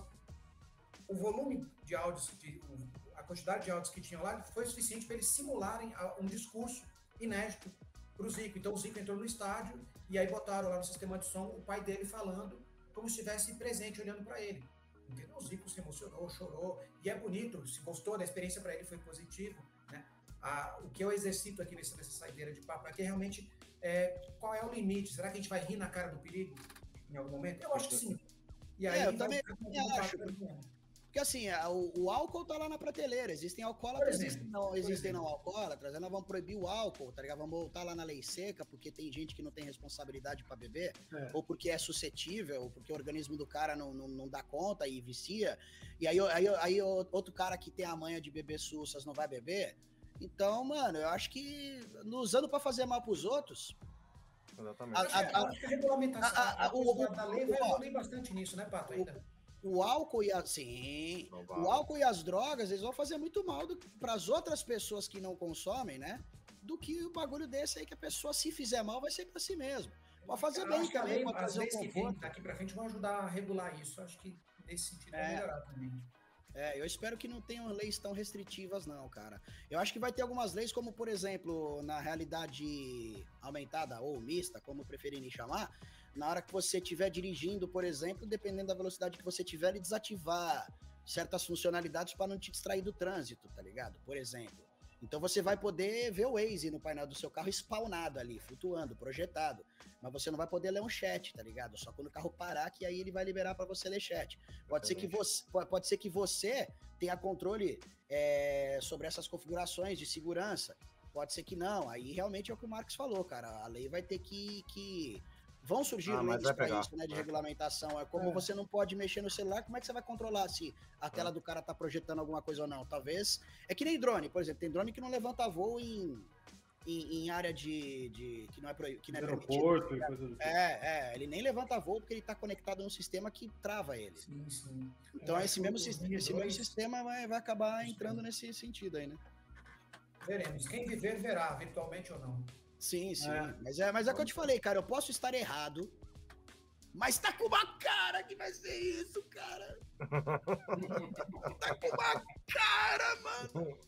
Speaker 4: O volume de áudios, de, o- a quantidade de áudios que tinham lá foi suficiente para eles simularem a- um discurso inédito para o Zico. Então o Zico entrou no estádio e aí botaram lá no sistema de som o pai dele falando como se estivesse presente olhando para ele. Entendeu? O Zico se emocionou, chorou, e é bonito, se gostou da experiência para ele, foi positivo, né? Ah, o que eu exercito aqui nessa, nessa saideira de papo aqui é realmente é, qual é o limite? Será que a gente vai rir na cara do perigo em algum momento? Eu acho que sim. E aí,
Speaker 6: É, eu
Speaker 4: vai-
Speaker 6: também
Speaker 4: vai-
Speaker 6: acho.
Speaker 4: vai-
Speaker 6: Porque assim, a- o, o álcool tá lá na prateleira. Existem alcoólatras,
Speaker 4: Por exemplo,
Speaker 6: existem não,
Speaker 4: por
Speaker 6: existem
Speaker 4: exemplo.
Speaker 6: não alcoólatras. Aí nós vamos proibir o álcool, tá ligado? Vamos voltar lá na lei seca, porque tem gente que não tem responsabilidade para beber,
Speaker 3: É.
Speaker 6: ou porque é suscetível, ou porque o organismo do cara não, não, não dá conta e vicia. E aí, aí, aí outro cara que tem a manha de beber sussas não vai beber. Então, mano, eu acho que não usando para fazer mal pros outros.
Speaker 2: Exatamente.
Speaker 6: A-
Speaker 4: Acho que-
Speaker 6: a-
Speaker 4: acho que a regulamentação
Speaker 6: a- a-
Speaker 4: a
Speaker 6: o-
Speaker 4: coisa
Speaker 6: o-
Speaker 4: da lei vai
Speaker 6: ó,
Speaker 4: evoluir bastante nisso, né, Pato? Ainda.
Speaker 6: O álcool e a, sim,
Speaker 2: Não
Speaker 6: o
Speaker 2: vai.
Speaker 6: álcool e as drogas, eles vão fazer muito mal para as outras pessoas que não consomem, né? Do que o bagulho desse aí que a pessoa, se fizer mal, vai ser para si mesmo. Pode fazer
Speaker 4: Eu
Speaker 6: bem
Speaker 4: acho que a
Speaker 6: também,
Speaker 4: lei,
Speaker 6: pode
Speaker 4: as
Speaker 6: trazer
Speaker 4: leis
Speaker 6: um
Speaker 4: que vêm
Speaker 6: conforto.
Speaker 4: daqui para frente vão ajudar a regular isso. Acho que nesse sentido vai
Speaker 6: É.
Speaker 4: melhorar também.
Speaker 6: É, eu espero que não tenham leis tão restritivas, não, cara. Eu acho que vai ter algumas leis, como, por exemplo, na realidade aumentada ou mista, como preferirem chamar, na hora que você estiver dirigindo, por exemplo, dependendo da velocidade que você tiver, ele desativar certas funcionalidades para não te distrair do trânsito, tá ligado? Por exemplo. Então você vai poder ver o Waze no painel do seu carro spawnado ali, flutuando, projetado. Mas você não vai poder ler um chat, tá ligado? Só quando o carro parar, que aí ele vai liberar para você ler chat. Pode ser que você, pode pode ser que você tenha controle é, sobre essas configurações de segurança. Pode ser que não. Aí realmente é o que o Marcos falou, cara. A lei vai ter que. que... Vão surgir
Speaker 2: Ah, mas
Speaker 6: leis
Speaker 2: vai
Speaker 6: para
Speaker 2: pegar.
Speaker 6: isso, né? De
Speaker 2: É.
Speaker 6: regulamentação. É como
Speaker 4: É.
Speaker 6: você não pode mexer no celular, como é que você vai controlar se a tela do cara tá projetando alguma coisa ou não? Talvez. É que nem drone, por exemplo. Tem drone que não levanta voo em, em, em área de, de. que não é, proib... que não é permitido.
Speaker 3: Aeroporto e coisas assim.
Speaker 6: É, é, ele nem levanta voo porque ele tá conectado num sistema que trava ele.
Speaker 4: Sim, sim.
Speaker 6: Então
Speaker 4: Eu
Speaker 6: esse
Speaker 4: acho
Speaker 6: mesmo,
Speaker 4: que
Speaker 6: sis-
Speaker 4: os
Speaker 6: esse mesmo
Speaker 4: dois-
Speaker 6: sistema vai, vai acabar
Speaker 4: Isso.
Speaker 6: entrando nesse sentido aí, né?
Speaker 4: Veremos. Quem viver, verá, virtualmente ou não.
Speaker 6: Sim, sim.
Speaker 3: É.
Speaker 6: Mas é, mas é o que eu te falei, cara. Eu posso estar errado, mas tá com uma cara que vai ser isso, cara. Tá com uma cara, mano.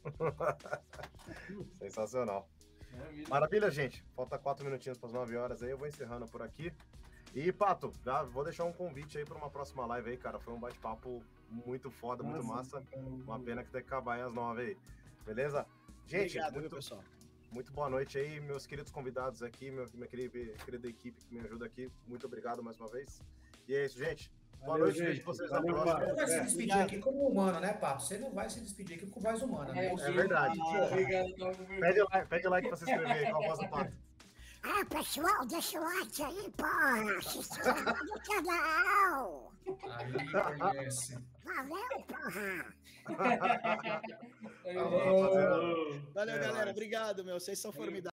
Speaker 2: Sensacional.
Speaker 5: Maravilha.
Speaker 2: Maravilha, gente. Falta quatro minutinhos para as nove horas aí. Eu vou encerrando por aqui. E, Pato, já vou deixar um convite aí para uma próxima live aí, cara. Foi um bate-papo muito foda, muito massa. Uma pena que tem que acabar aí às nove aí. Beleza? Gente,
Speaker 6: Obrigado, viu,
Speaker 2: muito,
Speaker 6: pessoal.
Speaker 2: muito boa noite aí, meus queridos convidados aqui, meu, minha querida, querida equipe que me ajuda aqui. Muito obrigado mais uma vez. E é isso, gente. Boa
Speaker 3: Valeu,
Speaker 2: noite,
Speaker 3: gente.
Speaker 2: vejo vocês
Speaker 3: Valeu,
Speaker 2: na
Speaker 4: Você
Speaker 2: próxima.
Speaker 4: não vai se
Speaker 3: É,
Speaker 4: despedir
Speaker 6: obrigado.
Speaker 4: aqui como humano, né, Pato? Você não vai se despedir aqui com voz humana, né?
Speaker 2: É verdade.
Speaker 5: Obrigado, tava com vergonha.
Speaker 2: Pede like, pede like pra se inscrever aí, qual voz do Pato.
Speaker 7: Ah, pessoal, deixa o like aí, porra. Se inscreva no canal.
Speaker 4: Aí conhece.
Speaker 7: Valeu, porra.
Speaker 5: Aí,
Speaker 2: Tá bom,
Speaker 5: gente.
Speaker 2: rapaziada.
Speaker 6: Valeu,
Speaker 2: É
Speaker 6: galera.
Speaker 2: nóis.
Speaker 6: Obrigado, meu. Vocês são formidáveis.